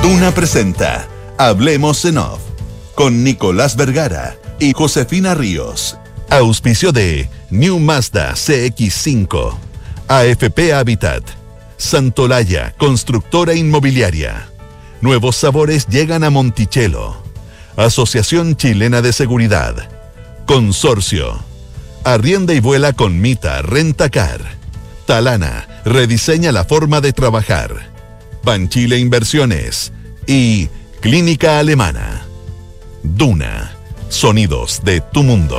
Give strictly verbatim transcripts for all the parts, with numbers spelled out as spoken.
Duna presenta Hablemos en Off con Nicolás Vergara y Josefina Ríos. Auspicio de New Mazda C X cinco, A F P Habitat, Santolaya, constructora inmobiliaria. Nuevos sabores llegan a Monticello. Asociación Chilena de Seguridad. Consorcio. Arrienda y vuela con Mita Rentacar. Talana, rediseña la forma de trabajar. Banchile Inversiones. Y Clínica Alemana. Duna. Sonidos de tu mundo.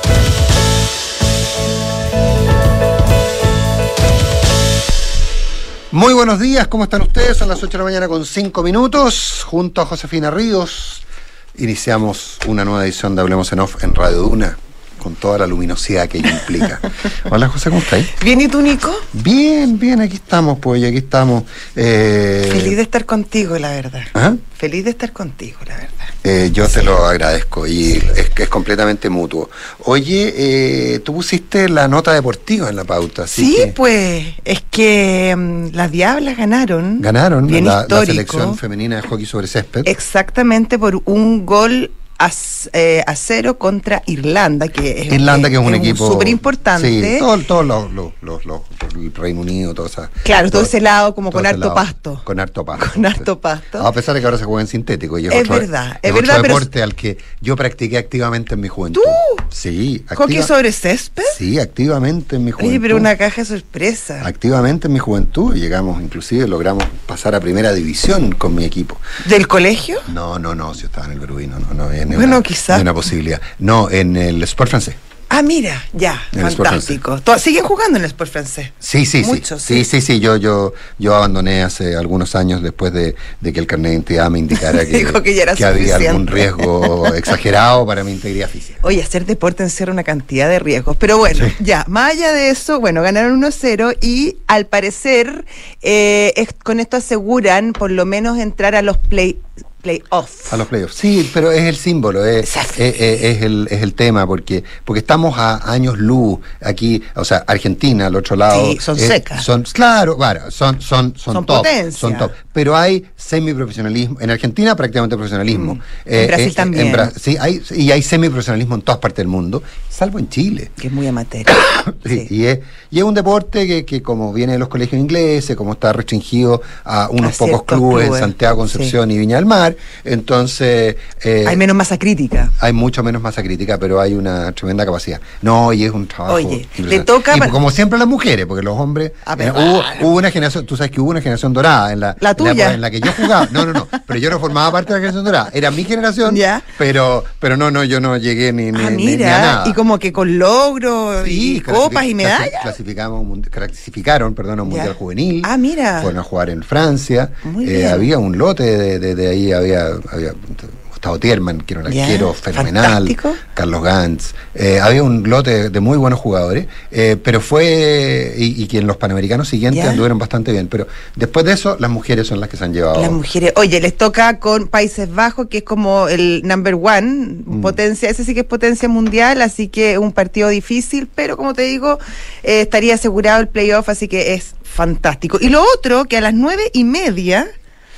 Muy buenos días, ¿cómo están ustedes? Son las ocho de la mañana con cinco minutos. Junto a Josefina Ríos iniciamos una nueva edición de Hablemos en Off en Radio Duna, con toda la luminosidad que ello implica. Hola, José, ¿cómo estás? Bien, ¿y tú, Nico? Bien, bien, aquí estamos, pues, aquí estamos. Eh... Feliz de estar contigo, la verdad. ¿Ah? Feliz de estar contigo, la verdad. Eh, yo te lo agradezco y es que es completamente mutuo. Oye, eh, tú pusiste la nota deportiva en la pauta, así Sí, que pues, es que um, las Diablas ganaron. Ganaron bien la, la histórico. selección femenina de hockey sobre césped. Exactamente, por un gol a, eh, a cero contra Irlanda, que es, Irlanda, es, que es un es equipo súper importante. Sí, todo, todo lo, lo, lo, lo, el Reino Unido, todo esa, Claro, todo, todo ese lado como con harto lado, pasto. Con harto pasto. Con harto pasto. A pesar de que ahora se juega en sintético. Y es es otro, verdad, es es otro verdad, deporte pero al que yo practiqué activamente en mi juventud. ¿Tú? Sí. Activa, ¿Hockey sobre césped? Sí, activamente en mi juventud. Oye, pero una caja de sorpresa. Activamente en mi juventud. Llegamos, inclusive, logramos pasar a primera división con mi equipo. ¿Del colegio? No, no, no, si yo estaba en el Berubino, no, no. En bueno, una, quizás. Una posibilidad. No, en el Sport francés. Ah, mira, ya, en fantástico. ¿Siguen jugando en el Sport francés? Sí, sí, Mucho, sí. Sí, sí, sí. Yo, yo, yo abandoné hace algunos años después de, de que el carnet de identidad me indicara que, Dijo que, ya era que había algún riesgo exagerado para mi integridad física. Oye, hacer deporte encierra una cantidad de riesgos. Pero bueno, sí. ya, más allá de eso, bueno, ganaron uno cero y al parecer eh, es, con esto aseguran por lo menos entrar a los play playoffs. A los playoffs. Sí, pero es el símbolo, es, es, es, es, el, es el tema, porque porque estamos a años luz aquí, o sea, Argentina, al otro lado. Sí, son es, secas. Son, claro, claro, son, son, son, son top. Potencia. Son top. Pero hay semiprofesionalismo. En Argentina, prácticamente profesionalismo. Mm. Eh, en Brasil eh, también. En Bra sí, hay, y hay semiprofesionalismo en todas partes del mundo, salvo en Chile. Que es muy amateur. sí, sí. Y, es, y es un deporte que, que, como viene de los colegios ingleses, como está restringido a unos a pocos clubes, clubes en Santiago, Concepción sí. y Viña del Mar, entonces... Eh, hay menos masa crítica. Hay mucho menos masa crítica, pero hay una tremenda capacidad. No, y es un trabajo... Oye, le toca... Y como siempre a las mujeres, porque los hombres... Ah, eh, hubo, hubo una generación, tú sabes que hubo una generación dorada en la... La tuya. En la, en la que yo jugaba. No, no, no, pero yo no formaba parte de la generación dorada. Era mi generación, ¿ya? pero pero no, no, yo no llegué ni, ni, ah, ni, mira, ni a nada. Y como que con logros sí, y copas y medallas. Clasificamos, clasificaron, perdón, a un mundial juvenil. Ah, mira. Fueron a jugar en Francia. Muy eh, bien. Había un lote de, de, de ahí, había... había Gustavo Tierman, que era un arquero fenomenal, fantástico. Carlos Gantz, eh, había un lote de muy buenos jugadores, eh, pero fue, y, y que en los Panamericanos siguientes ¿ya? anduvieron bastante bien, pero después de eso, las mujeres son las que se han llevado. Las mujeres, oye, les toca con Países Bajos, que es como el number one, mm. potencia, ese sí que es potencia mundial, así que un partido difícil, pero como te digo, eh, estaría asegurado el playoff, así que es fantástico. Y lo otro, que a las nueve y media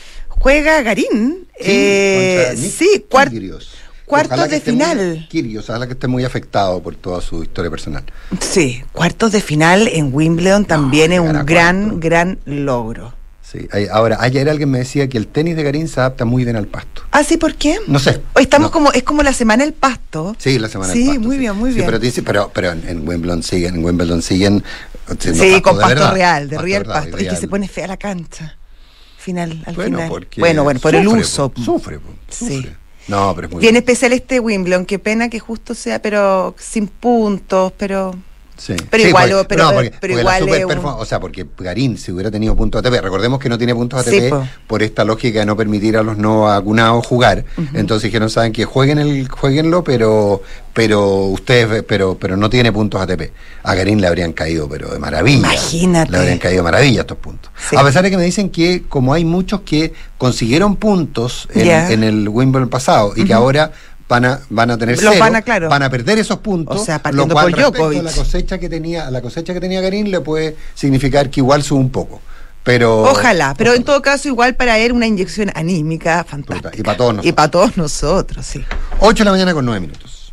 juega Garín. Sí, eh, sí cuart cuartos de final. Kyrgios, ojalá que esté muy afectado por toda su historia personal. Sí, cuartos de final en Wimbledon también no, es un gran, cuarto. gran logro. Sí, hay, ahora, ayer alguien me decía que el tenis de Garín se adapta muy bien al pasto. ¿Ah, sí? ¿Por qué? No sé. Hoy estamos no. como, es como la semana del pasto. Sí, la semana sí, del pasto. Muy sí, bien, muy sí, bien. Pero, dice, pero, pero en, en Wimbledon siguen, en Wimbledon siguen. Sí, pasto con pasto verdad, real, de pasto real verdad, pasto. Real. Y que se pone fea la cancha. Final, al bueno, final. Porque bueno, bueno, por sufre, el uso. Po, sufre, po, sufre. Sí. No, pero es muy bien bien. especial este Wimbledon, qué pena que justo sea, pero sin puntos, pero Sí. Pero sí, igual, porque, pero, no, porque, pero porque igual la es un... o sea, porque Garín, si hubiera tenido puntos A T P, recordemos que no tiene puntos A T P sí, po. por esta lógica de no permitir a los no vacunados jugar. Uh-huh. Entonces dijeron, saben que jueguen el, jueguenlo, pero pero ustedes, pero pero no tiene puntos A T P. A Garín le habrían caído, pero de maravilla. Imagínate. Le habrían caído de maravilla estos puntos. Sí. A pesar de que me dicen que como hay muchos que consiguieron puntos en, yeah. en el Wimbledon pasado y uh-huh. que ahora van a van a tener Los cero, van a, claro. van a perder esos puntos, o sea, lo cual por respecto Djokovic. a la cosecha que tenía, a la cosecha que tenía Garín le puede significar que igual sube un poco. Pero, ojalá, pero en todo caso igual para él una inyección anímica fantástica. Y para todos nosotros. Y para todos nosotros, sí. ocho de la mañana con nueve minutos.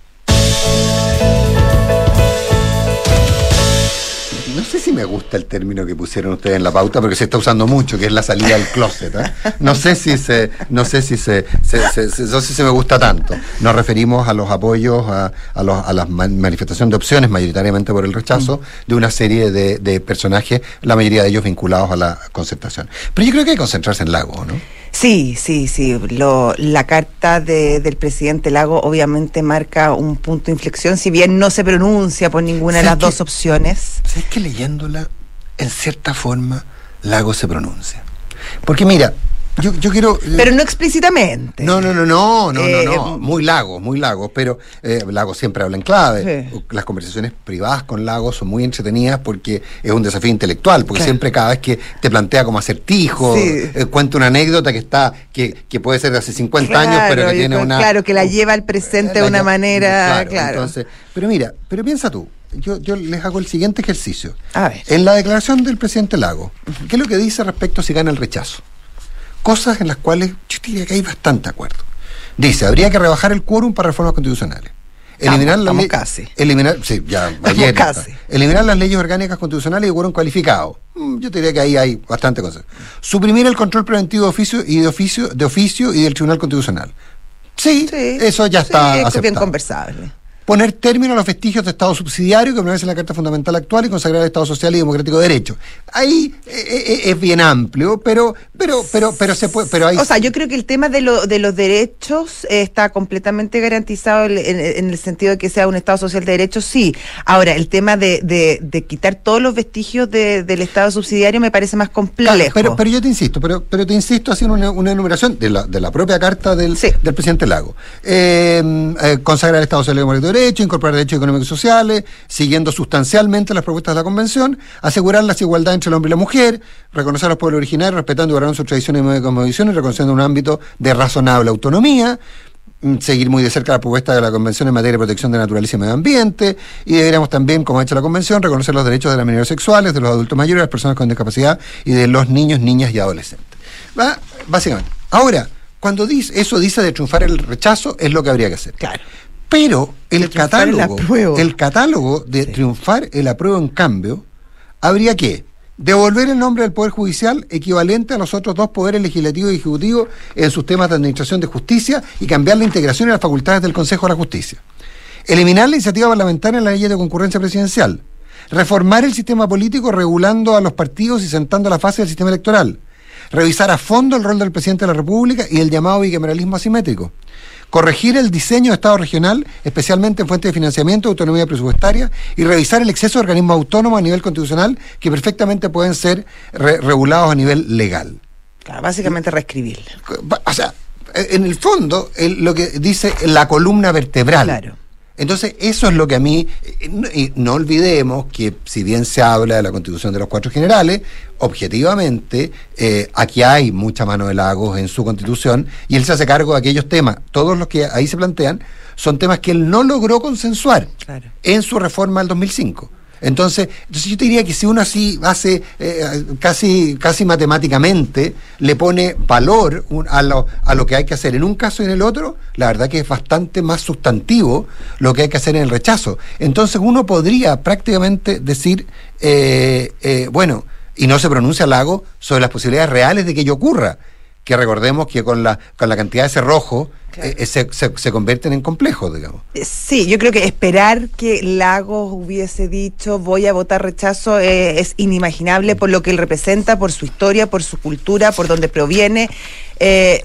No sé si me gusta el término que pusieron ustedes en la pauta, porque se está usando mucho, que es la salida del closet. ¿eh? No sé si se, no sé si se, se, se, se, no sé si me gusta tanto. Nos referimos a los apoyos, a, a, los, a la manifestación de opciones, mayoritariamente por el rechazo, mm. de una serie de, de personajes, la mayoría de ellos vinculados a la concertación. Pero yo creo que hay que concentrarse en Lagos, ¿no? Sí, sí, sí. Lo, la carta de, del presidente Lago obviamente marca un punto de inflexión, si bien no se pronuncia por ninguna de las que, dos opciones. ¿Sabes que leyéndola, en cierta forma, Lago se pronuncia? Porque mira, yo, yo quiero... Pero no explícitamente. No, no, no, no, no, eh, no, no. Muy Lagos, muy Lagos, pero eh, Lagos siempre habla en clave. Sí. Las conversaciones privadas con Lagos son muy entretenidas porque es un desafío intelectual, porque claro. siempre cada vez que te plantea como acertijo, sí. eh, cuenta una anécdota que está, que, que puede ser de hace cincuenta claro, años, pero que tiene una... Claro, que la lleva al presente de una manera, claro. claro. Entonces, pero mira, pero piensa tú, Yo, yo les hago el siguiente ejercicio. A ver. En la declaración del presidente Lago, uh-huh. ¿qué es lo que dice respecto a si gana el rechazo? Cosas en las cuales yo diría que hay bastante acuerdo. Dice, habría que rebajar el quórum para reformas constitucionales. Eliminar estamos, las estamos casi. Eliminar, sí, ya ayer. Casi. Eliminar las leyes orgánicas constitucionales y quórum cualificado. Yo te diría que ahí hay bastante cosas. Suprimir el control preventivo de oficio y de oficio, de oficio y del Tribunal Constitucional. Sí, sí eso ya está sí, aceptado. Es bien conversable. Poner término a los vestigios de Estado subsidiario que permanece en la Carta Fundamental actual y consagrar el Estado social y democrático de derecho. Ahí eh, es bien amplio, pero pero pero pero se puede, pero hay... O sea, yo creo que el tema de, lo, de los derechos eh, está completamente garantizado en, en, en el sentido de que sea un Estado social de derechos, sí. Ahora, el tema de, de, de quitar todos los vestigios de, del Estado subsidiario me parece más complejo. Claro, pero, pero yo te insisto, pero, pero te insisto haciendo una, una enumeración de la, de la propia carta del, sí. del presidente Lago. Eh, eh, consagrar el Estado social y democrático de derecho, incorporar derechos económicos y sociales, siguiendo sustancialmente las propuestas de la Convención, asegurar la igualdad entre el hombre y la mujer, reconocer a los pueblos originarios, respetando y guardando sus tradiciones y convicciones, y reconociendo un ámbito de razonable autonomía, seguir muy de cerca la propuesta de la Convención en materia de protección de naturaleza y medio ambiente, y deberíamos también, como ha hecho la Convención, reconocer los derechos de las minorías sexuales, de los adultos mayores, de las personas con discapacidad y de los niños, niñas y adolescentes. ¿Va? Básicamente. Ahora, cuando dice, eso dice de triunfar el rechazo, es lo que habría que hacer. Claro. Pero el catálogo, el, el catálogo de sí. triunfar el apruebo, en cambio, habría que devolver el nombre del Poder Judicial equivalente a los otros dos poderes legislativo y ejecutivo en sus temas de administración de justicia y cambiar la integración y las facultades del Consejo de la Justicia. Eliminar la iniciativa parlamentaria en la ley de concurrencia presidencial. Reformar el sistema político regulando a los partidos y sentando la fase del sistema electoral. Revisar a fondo el rol del presidente de la República y el llamado bicameralismo asimétrico. Corregir el diseño de Estado regional, especialmente en fuentes de financiamiento, autonomía presupuestaria, y revisar el exceso de organismos autónomos a nivel constitucional que perfectamente pueden ser re- regulados a nivel legal. Claro, básicamente reescribirlo. O sea, en el fondo, el, lo que dice la columna vertebral. Claro. Entonces, eso es lo que a mí... Y no olvidemos que, si bien se habla de la Constitución de los Cuatro Generales, objetivamente, eh, aquí hay mucha mano de Lagos en su Constitución, y él se hace cargo de aquellos temas. Todos los que ahí se plantean son temas que él no logró consensuar claro. en su reforma del dos mil cinco. Entonces, entonces yo te diría que si uno así hace eh, casi casi matemáticamente, le pone valor un, a, lo, a lo que hay que hacer en un caso y en el otro, la verdad que es bastante más sustantivo lo que hay que hacer en el rechazo. Entonces uno podría prácticamente decir, eh, eh, bueno, y no se pronuncia Lago sobre las posibilidades reales de que ello ocurra, que recordemos que con la con la cantidad de cerrojo claro. eh, se, se, se convierten en complejos, digamos. Sí, yo creo que esperar que Lagos hubiese dicho voy a votar rechazo eh, es inimaginable por lo que él representa, por su historia, por su cultura, por donde proviene. Eh,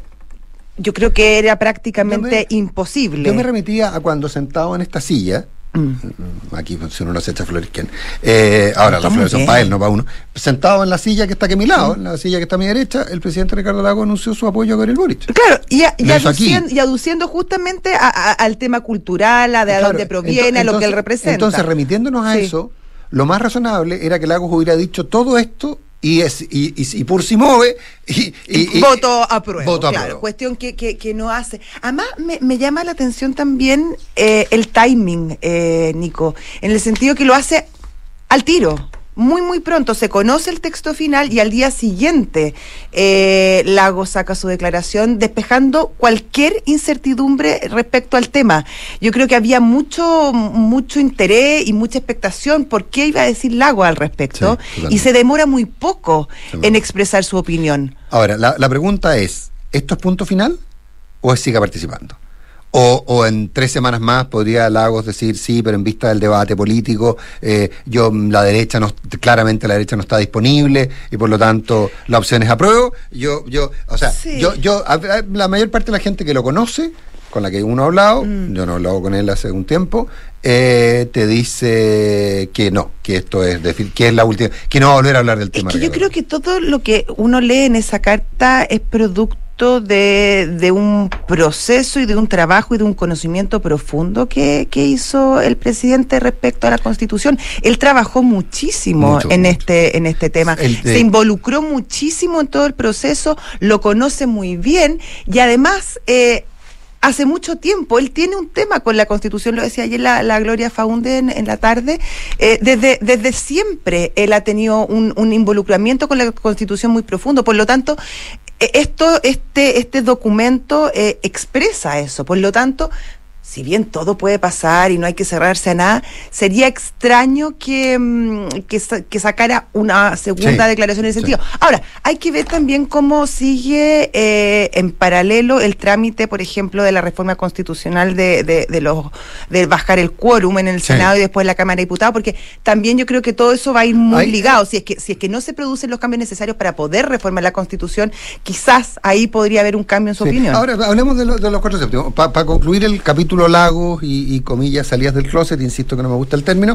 yo creo que era prácticamente yo me, imposible. Yo me remitía a cuando sentado en esta silla, Mm. aquí si uno no se echa flores, ¿quién? Eh, ahora las flores son para él, no para uno. Sentado en la silla que está aquí a mi lado, mm. en la silla que está a mi derecha, el presidente Ricardo Lagos anunció su apoyo a Gabriel Boric. Claro, y, a, y, aduciendo, y aduciendo justamente a, a, al tema cultural, a de claro, dónde proviene, entonces, a lo que él representa. Entonces, remitiéndonos a sí. eso, lo más razonable era que Lagos hubiera dicho todo esto y es y, y, y por si mueve y, y, y voto apruebo, voto claro, apruebo. Cuestión que, que, que no hace. Además me, me llama la atención también eh, el timing, eh, Nico, en el sentido que lo hace al tiro. muy, muy pronto. Se conoce el texto final y al día siguiente eh, Lagos saca su declaración despejando cualquier incertidumbre respecto al tema. Yo creo que había mucho, mucho interés y mucha expectación por qué iba a decir Lagos al respecto, sí, y se demora muy poco sí, en expresar su opinión. Ahora, la, la pregunta es, ¿esto es punto final o es siga participando? O, o en tres semanas más podría Lagos decir sí, pero en vista del debate político, eh, yo la derecha no, claramente la derecha no está disponible y por lo tanto la opción es apruebo. Yo, yo, o sea, sí. yo, yo, a, a, la mayor parte de la gente que lo conoce, con la que uno ha hablado, mm. yo no he hablado con él hace un tiempo, eh, te dice que no, que esto es decir, que es la última, que no va a volver a hablar del tema. Es que yo creo que todo lo que uno lee en esa carta es producto De, de un proceso y de un trabajo y de un conocimiento profundo que, que hizo el presidente respecto a la Constitución. Él trabajó muchísimo mucho, en mucho. este en este tema, el, se eh, involucró muchísimo en todo el proceso, lo conoce muy bien y además eh, hace mucho tiempo, él tiene un tema con la Constitución, lo decía ayer la, la Gloria Faunde en, en la tarde, eh, desde, desde siempre él ha tenido un, un involucramiento con la Constitución muy profundo, por lo tanto, Esto, este, este documento eh, expresa eso, por lo tanto, si bien todo puede pasar y no hay que cerrarse a nada, sería extraño que, que, que sacara una segunda sí, declaración en ese sentido. Sí. Ahora, hay que ver también cómo sigue eh, en paralelo el trámite, por ejemplo, de la reforma constitucional de, de, de los de bajar el quórum en el sí. Senado y después en la Cámara de Diputados, porque también yo creo que todo eso va a ir muy hay, ligado. Si es que si es que no se producen los cambios necesarios para poder reformar la Constitución, quizás ahí podría haber un cambio en su sí. opinión. Ahora, hablemos de, lo, de los cuatro séptimos. Para pa concluir el capítulo Lagos y, y comillas salidas del closet, insisto que no me gusta el término,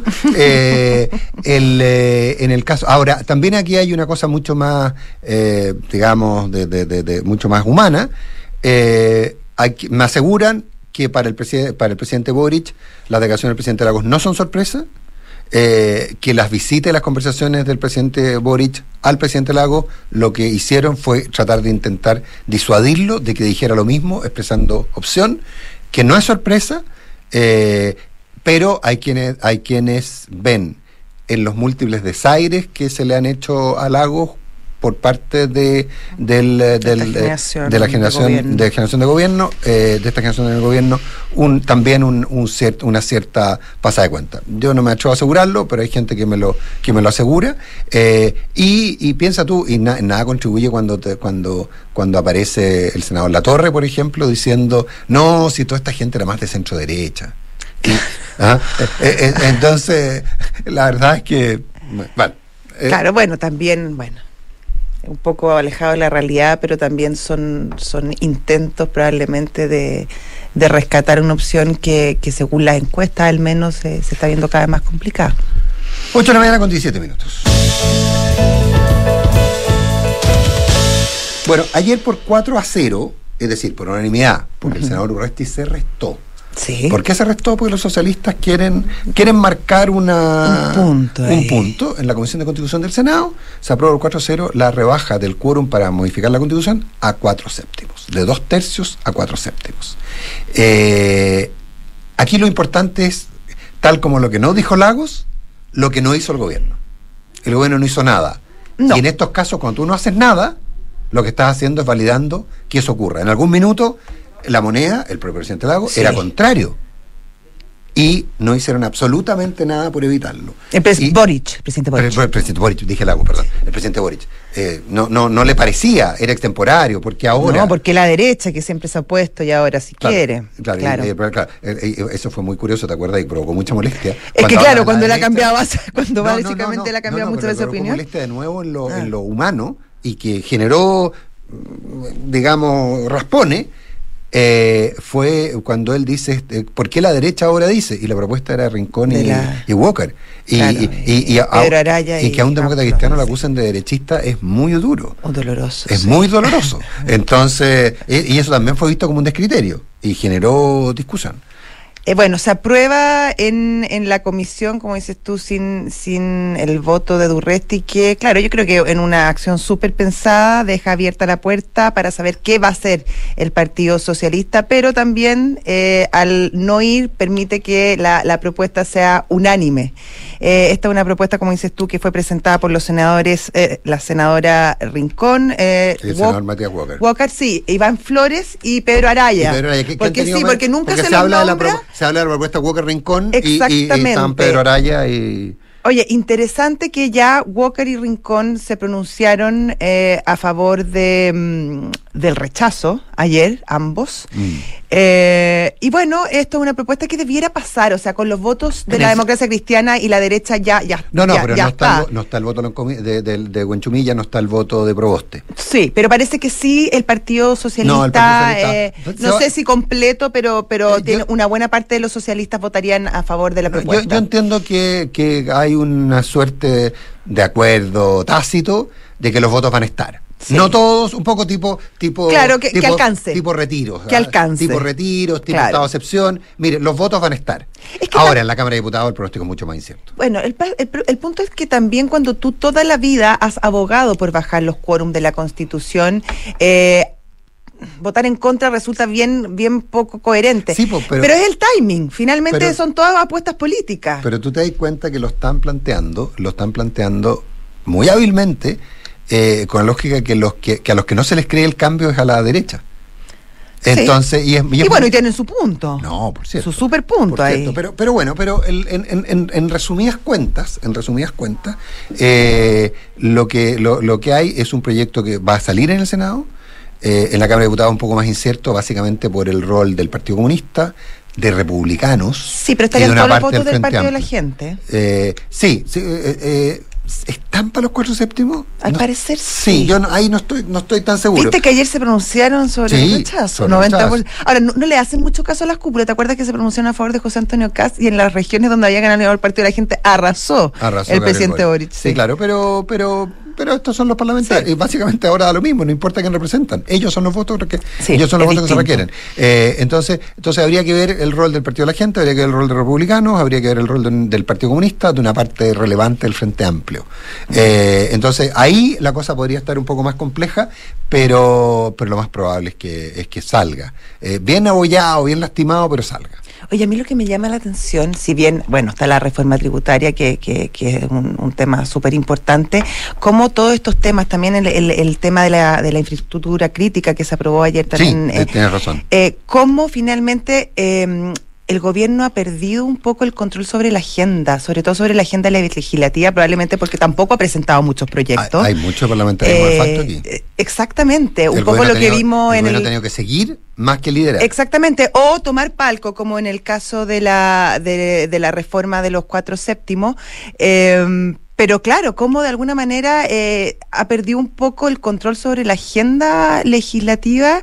eh, el, eh, en el caso, ahora también aquí hay una cosa mucho más eh, digamos de, de, de, de mucho más humana, eh, hay, me aseguran que para el, preside, para el presidente Boric las declaraciones del presidente Lagos no son sorpresa, eh, que las visitas y las conversaciones del presidente Boric al presidente Lagos lo que hicieron fue tratar de intentar disuadirlo de que dijera lo mismo, expresando opción, que no es sorpresa, eh, pero hay quienes, hay quienes ven en los múltiples desaires que se le han hecho a Lagos por parte de del, del de, de la generación de, de generación de gobierno eh, de esta generación del gobierno un también un, un cierto, una cierta pasada de cuenta. Yo no me atrevo a asegurarlo, pero hay gente que me lo que me lo asegura eh, y, y piensa tú y na, nada contribuye cuando te, cuando cuando aparece el senador Latorre, por ejemplo, diciendo no, si toda esta gente era más de centro derecha. ¿Ah? eh, eh, entonces la verdad es que bueno, eh, claro, bueno, también bueno un poco alejado de la realidad, pero también son, son intentos probablemente de, de rescatar una opción que, que según las encuestas al menos se, se está viendo cada vez más complicada. ocho de la mañana con diecisiete minutos. Bueno, ayer por cuatro a cero, es decir, por unanimidad, porque uh-huh. el senador Urresti se restó. Sí. ¿Por qué se restó? Porque los socialistas quieren quieren marcar una, un, punto, un punto en la Comisión de Constitución del Senado. Se aprobó por cuatro a cero la rebaja del quórum para modificar la Constitución a cuatro séptimos, de dos tercios a cuatro séptimos. Eh, aquí lo importante es, tal como lo que no dijo Lagos, lo que no hizo el gobierno. El gobierno no hizo nada. No. Y en estos casos, cuando tú no haces nada, lo que estás haciendo es validando que eso ocurra. En algún minuto la moneda, el propio presidente Lagos, sí. era contrario. Y no hicieron absolutamente nada por evitarlo. El presidente Boric, el presidente Boric. El, el presidente Boric, dije Lagos, perdón. El presidente Boric. Eh, no, no, no le parecía, era extemporario, porque ahora... No, porque la derecha, que siempre se ha opuesto y ahora sí claro, quiere. Claro, claro. Y, eh, claro eh, eh, eso fue muy curioso, ¿te acuerdas? Y provocó mucha molestia. Es que claro, cuando él ha cambiado, cuando no, básicamente no, no, no, él ha cambiado no, no, mucho de su opinión. molestia de nuevo en lo, ah. en lo humano y que generó, digamos, raspones. Eh, fue cuando él dice eh, ¿por qué la derecha ahora dice? Y la propuesta era Rincón y, la... y Walker y, claro, y, y, y, a, a, y que a un demócrata cristiano sí. lo acusen de derechista es muy duro, o doloroso es sí. muy doloroso. Entonces y, y eso también fue visto como un descriterio y generó discusión. Eh, bueno, se aprueba en, en la comisión, como dices tú, sin sin el voto de Urresti, que claro, yo creo que en una acción súper pensada deja abierta la puerta para saber qué va a hacer el Partido Socialista, pero también eh, al no ir permite que la, la propuesta sea unánime. Eh, esta es una propuesta, como dices tú, que fue presentada por los senadores, eh, la senadora Rincón, eh, el senador Matías Walker. Walker, sí, Iván Flores y Pedro Araya. Y Pedro Araya, ¿qué, porque qué sí, porque nunca porque se, se los habla nombra. De la pro, se habla de la propuesta Walker Rincón y, y, y están Exactamente. Pedro Araya y... Oye, interesante que ya Walker y Rincón se pronunciaron eh, a favor de, mm, del rechazo ayer, ambos. Mm. Eh, y bueno, esto es una propuesta que debiera pasar, o sea, con los votos de pero la es... democracia cristiana y la derecha ya ya No, no, ya, pero ya no, está. está. El, no está el voto de, de, de Huenchumilla, no está el voto de Proboste. Sí, pero parece que sí, el Partido Socialista, no, el Partido Socialista. Eh, no sé si completo, pero pero eh, tiene yo, una buena parte de los socialistas votarían a favor de la propuesta. Yo, yo entiendo que, que hay una suerte de acuerdo tácito de que los votos van a estar. Sí. No todos, un poco tipo tipo claro, que, tipo, que alcance. Tipo retiros. Que alcance. Tipo retiros, tipo claro. estado de excepción. Mire, los votos van a estar. Es que Ahora, ta- en la Cámara de Diputados el pronóstico es mucho más incierto. Bueno, el, el, el punto es que también cuando tú toda la vida has abogado por bajar los quórum de la Constitución, eh, votar en contra resulta bien bien poco coherente. Sí, pues, pero, pero es el timing. Finalmente pero, son todas apuestas políticas. Pero tú te das cuenta que lo están planteando, lo están planteando muy hábilmente, eh, con la lógica que los que, que a los que no se les cree el cambio es a la derecha. Entonces, sí. y, es, y, y es bueno, muy... y tienen su punto. No, por cierto. Su super punto ahí. Cierto, pero, pero bueno, pero el, en, en, en, en resumidas cuentas, en resumidas cuentas, eh, lo que lo, lo que hay es un proyecto que va a salir en el Senado, eh, en la Cámara de Diputados un poco más incierto, básicamente por el rol del Partido Comunista, de republicanos. Sí, pero estarían todos los votos del, del Partido Amplio. De la Gente. Eh, sí, sí eh, eh, ¿están para los cuatro séptimos? Al no, parecer sí. Sí, yo no, ahí no estoy no estoy tan seguro. Viste que ayer se pronunciaron sobre sí, el rechazo. Sobre noventa por ciento. rechazo. Ahora, no, no le hacen mucho caso a las cúpulas. ¿Te acuerdas que se pronunciaron a favor de José Antonio Kast y en las regiones donde había ganado el Partido de la Gente arrasó, arrasó el presidente Boric? Sí, sí, claro, pero pero pero estos son los parlamentarios. Sí. Y básicamente ahora da lo mismo, no importa quién representan. Ellos son los votos que, sí, ellos son los votos distinto. Que se requieren. Eh, entonces, entonces habría que ver el rol del Partido de la Gente, habría que ver el rol de republicanos, habría que ver el rol de, del Partido Comunista, de una parte relevante del Frente Amplio. Eh, entonces, ahí la cosa podría estar un poco más compleja, pero, pero lo más probable es que, es que salga. Eh, bien abollado, bien lastimado, pero salga. Oye, a mí lo que me llama la atención, si bien, bueno, está la reforma tributaria, que, que, que es un, un tema súper importante, como todos estos temas, también el, el, el tema de la, de la infraestructura crítica que se aprobó ayer también. Sí, eh, tienes razón. Eh, cómo finalmente... Eh, el gobierno ha perdido un poco el control sobre la agenda, sobre todo sobre la agenda legislativa, probablemente porque tampoco ha presentado muchos proyectos. Hay, hay mucho parlamentarismo eh, de facto aquí. Exactamente, el un poco lo tenido, que vimos el en el... ha tenido que seguir más que liderar. Exactamente, o tomar palco, como en el caso de la, de, de la reforma de los cuatro séptimos, eh, pero claro, como de alguna manera eh, ha perdido un poco el control sobre la agenda legislativa,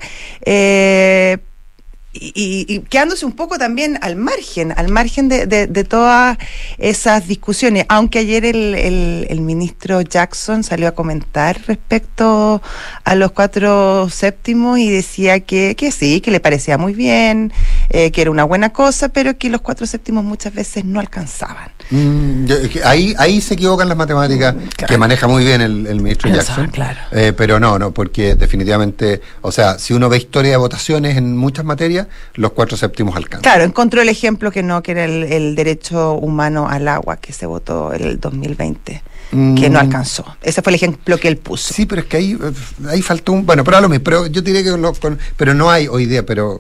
eh, Y, y, y quedándose un poco también al margen, al margen de, de, de todas esas discusiones, aunque ayer el, el, el ministro Jackson salió a comentar respecto a los cuatro séptimos y decía que, que sí, que le parecía muy bien, eh, que era una buena cosa, pero que los cuatro séptimos muchas veces no alcanzaban. Mm, yo, ahí, ahí se equivocan las matemáticas, claro. Que maneja muy bien el, el ministro Jackson, claro. eh, pero no, no, porque definitivamente, o sea, si uno ve historia de votaciones en muchas materias, los cuatro séptimos alcanzan. Claro, encontró el ejemplo que no, que era el, el derecho humano al agua que se votó en el dos mil veinte, mm. que no alcanzó. Ese fue el ejemplo que él puso. Sí, pero es que ahí, ahí faltó un... Bueno, pero, lo mismo, pero yo diría que... Lo, con, pero no hay hoy día, pero...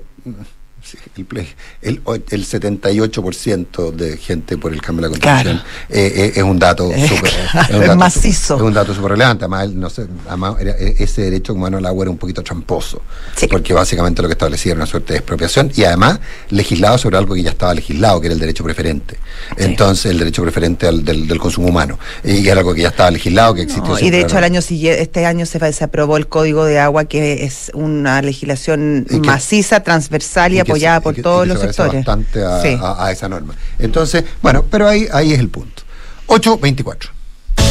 El, el, el setenta y ocho por ciento de gente por el cambio de la Constitución, claro. eh, eh, es un dato súper claro, es, es macizo. Es un dato súper relevante. Además, no sé, además era, ese derecho humano al agua era un poquito tramposo, sí. Porque básicamente lo que establecía era una suerte de expropiación y además legislado sobre algo que ya estaba legislado, que era el derecho preferente. Sí. Entonces, el derecho preferente al, del, del consumo humano. Y era algo que ya estaba legislado, que existió. No, y de hecho, el año siguiente, este año se, se aprobó el Código de Agua, que es una legislación que, maciza, transversal y, y apoyada se, por y que, todos y los sectores. Bastante a, sí. a, a esa norma. Entonces, bueno, pero ahí, ahí es el punto. ocho veinticuatro.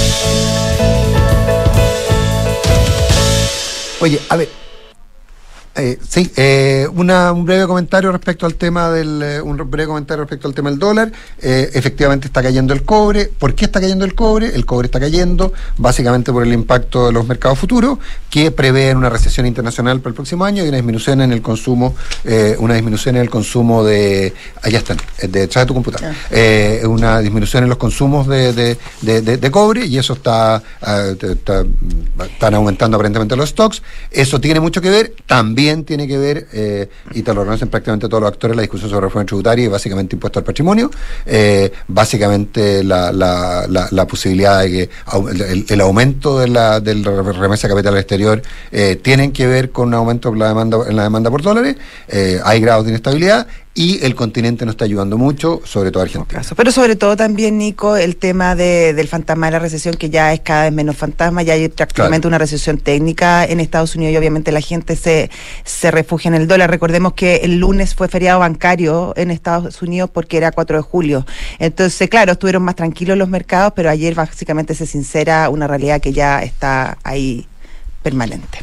Oye, a ver, Eh, sí, eh, una, un breve comentario respecto al tema del eh, un breve comentario respecto al tema del dólar. Eh, efectivamente está cayendo el cobre. ¿Por qué está cayendo el cobre? El cobre está cayendo básicamente por el impacto de los mercados futuros que prevén una recesión internacional para el próximo año y una disminución en el consumo, eh, una disminución en el consumo de, allá están, de trae tu computadora, eh, una disminución en los consumos de, de, de, de, de cobre y eso está, uh, está, están aumentando aparentemente los stocks. Eso tiene mucho que ver, también tiene que ver, eh, y te lo reconocen prácticamente todos los actores, la discusión sobre reforma tributaria y básicamente impuesto al patrimonio, eh, básicamente la, la, la, la posibilidad de que el, el aumento de la, de la remesa de capital al exterior eh, tienen que ver con un aumento en la demanda, en la demanda por dólares, eh, hay grados de inestabilidad y el continente nos está ayudando mucho, sobre todo Argentina. Pero sobre todo también, Nico, el tema de, del fantasma de la recesión, que ya es cada vez menos fantasma, ya hay prácticamente claro. una recesión técnica en Estados Unidos y obviamente la gente se, se refugia en el dólar. Recordemos que el lunes fue feriado bancario en Estados Unidos porque era cuatro de julio. Entonces, claro, estuvieron más tranquilos los mercados, pero ayer básicamente se sincera una realidad que ya está ahí permanente.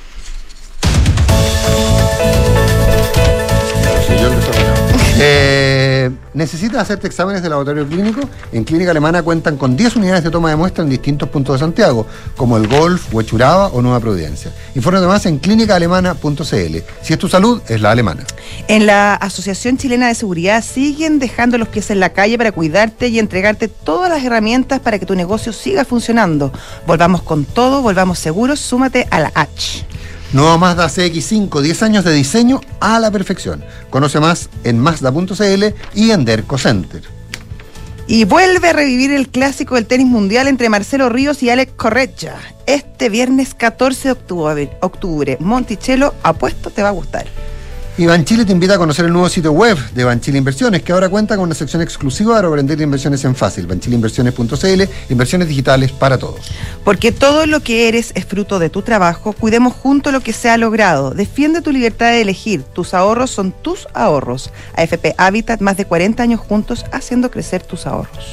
Eh, ¿Necesitas hacerte exámenes de laboratorio clínico? En Clínica Alemana cuentan con diez unidades de toma de muestra en distintos puntos de Santiago, como el Golf, Huechuraba o Nueva Providencia. Infórmate más en clínica alemana punto c l. Si es tu salud, es la alemana. En la Asociación Chilena de Seguridad siguen dejando los pies en la calle para cuidarte y entregarte todas las herramientas para que tu negocio siga funcionando. Volvamos con todo, volvamos seguros, súmate a la H. Nuevo Mazda C X cinco, diez años de diseño a la perfección. Conoce más en mazda punto c l y en Derco Center. Y vuelve a revivir el clásico del tenis mundial entre Marcelo Ríos y Alex Corretja. Este viernes catorce de octubre, octubre, Monticello, apuesto te va a gustar. Y Banchile te invita a conocer el nuevo sitio web de Banchile Inversiones, que ahora cuenta con una sección exclusiva para aprender inversiones en fácil. banchile inversiones punto c l, inversiones digitales para todos. Porque todo lo que eres es fruto de tu trabajo, cuidemos juntos lo que se ha logrado. Defiende tu libertad de elegir, tus ahorros son tus ahorros. A F P Habitat, más de cuarenta años juntos haciendo crecer tus ahorros.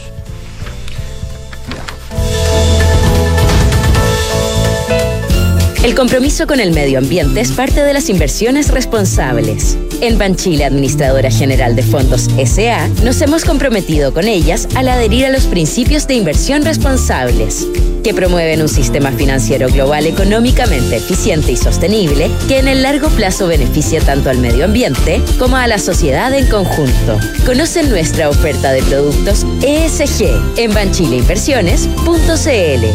El compromiso con el medio ambiente es parte de las inversiones responsables. En Banchile, Administradora General de Fondos S A, nos hemos comprometido con ellas al adherir a los principios de inversión responsables, que promueven un sistema financiero global económicamente eficiente y sostenible, que en el largo plazo beneficia tanto al medio ambiente como a la sociedad en conjunto. Conoce nuestra oferta de productos E S G en banchile inversiones punto c l.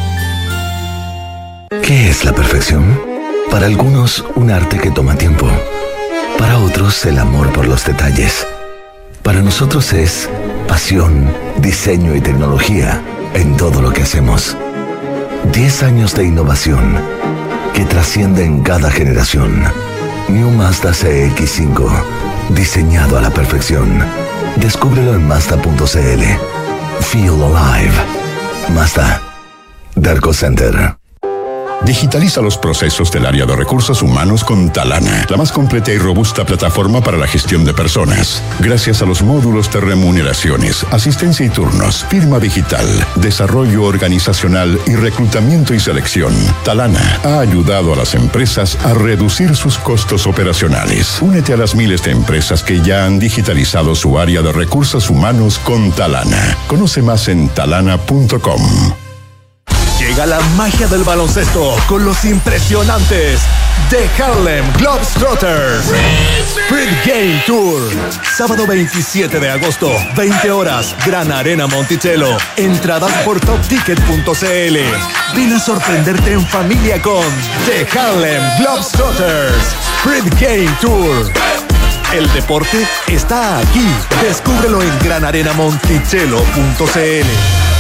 ¿Qué es la perfección? Para algunos, un arte que toma tiempo. Para otros, el amor por los detalles. Para nosotros es pasión, diseño y tecnología en todo lo que hacemos. Diez años de innovación que trasciende en cada generación. New Mazda C X cinco, diseñado a la perfección. Descúbrelo en mazda punto c l. Feel alive. Mazda. Derco Center. Digitaliza los procesos del área de recursos humanos con Talana, la más completa y robusta plataforma para la gestión de personas. Gracias a los módulos de remuneraciones, asistencia y turnos, firma digital, desarrollo organizacional y reclutamiento y selección, Talana ha ayudado a las empresas a reducir sus costos operacionales. Únete a las miles de empresas que ya han digitalizado su área de recursos humanos con Talana. Conoce más en talana punto com. Llega la magia del baloncesto con los impresionantes The Harlem Globetrotters Sprint Game Tour. Sábado veintisiete de agosto, veinte horas, Gran Arena Monticello. Entradas por top ticket punto c l. Ven a sorprenderte en familia con The Harlem Globetrotters Sprint Game Tour. El deporte está aquí. Descúbrelo en gran arena monticello punto c l.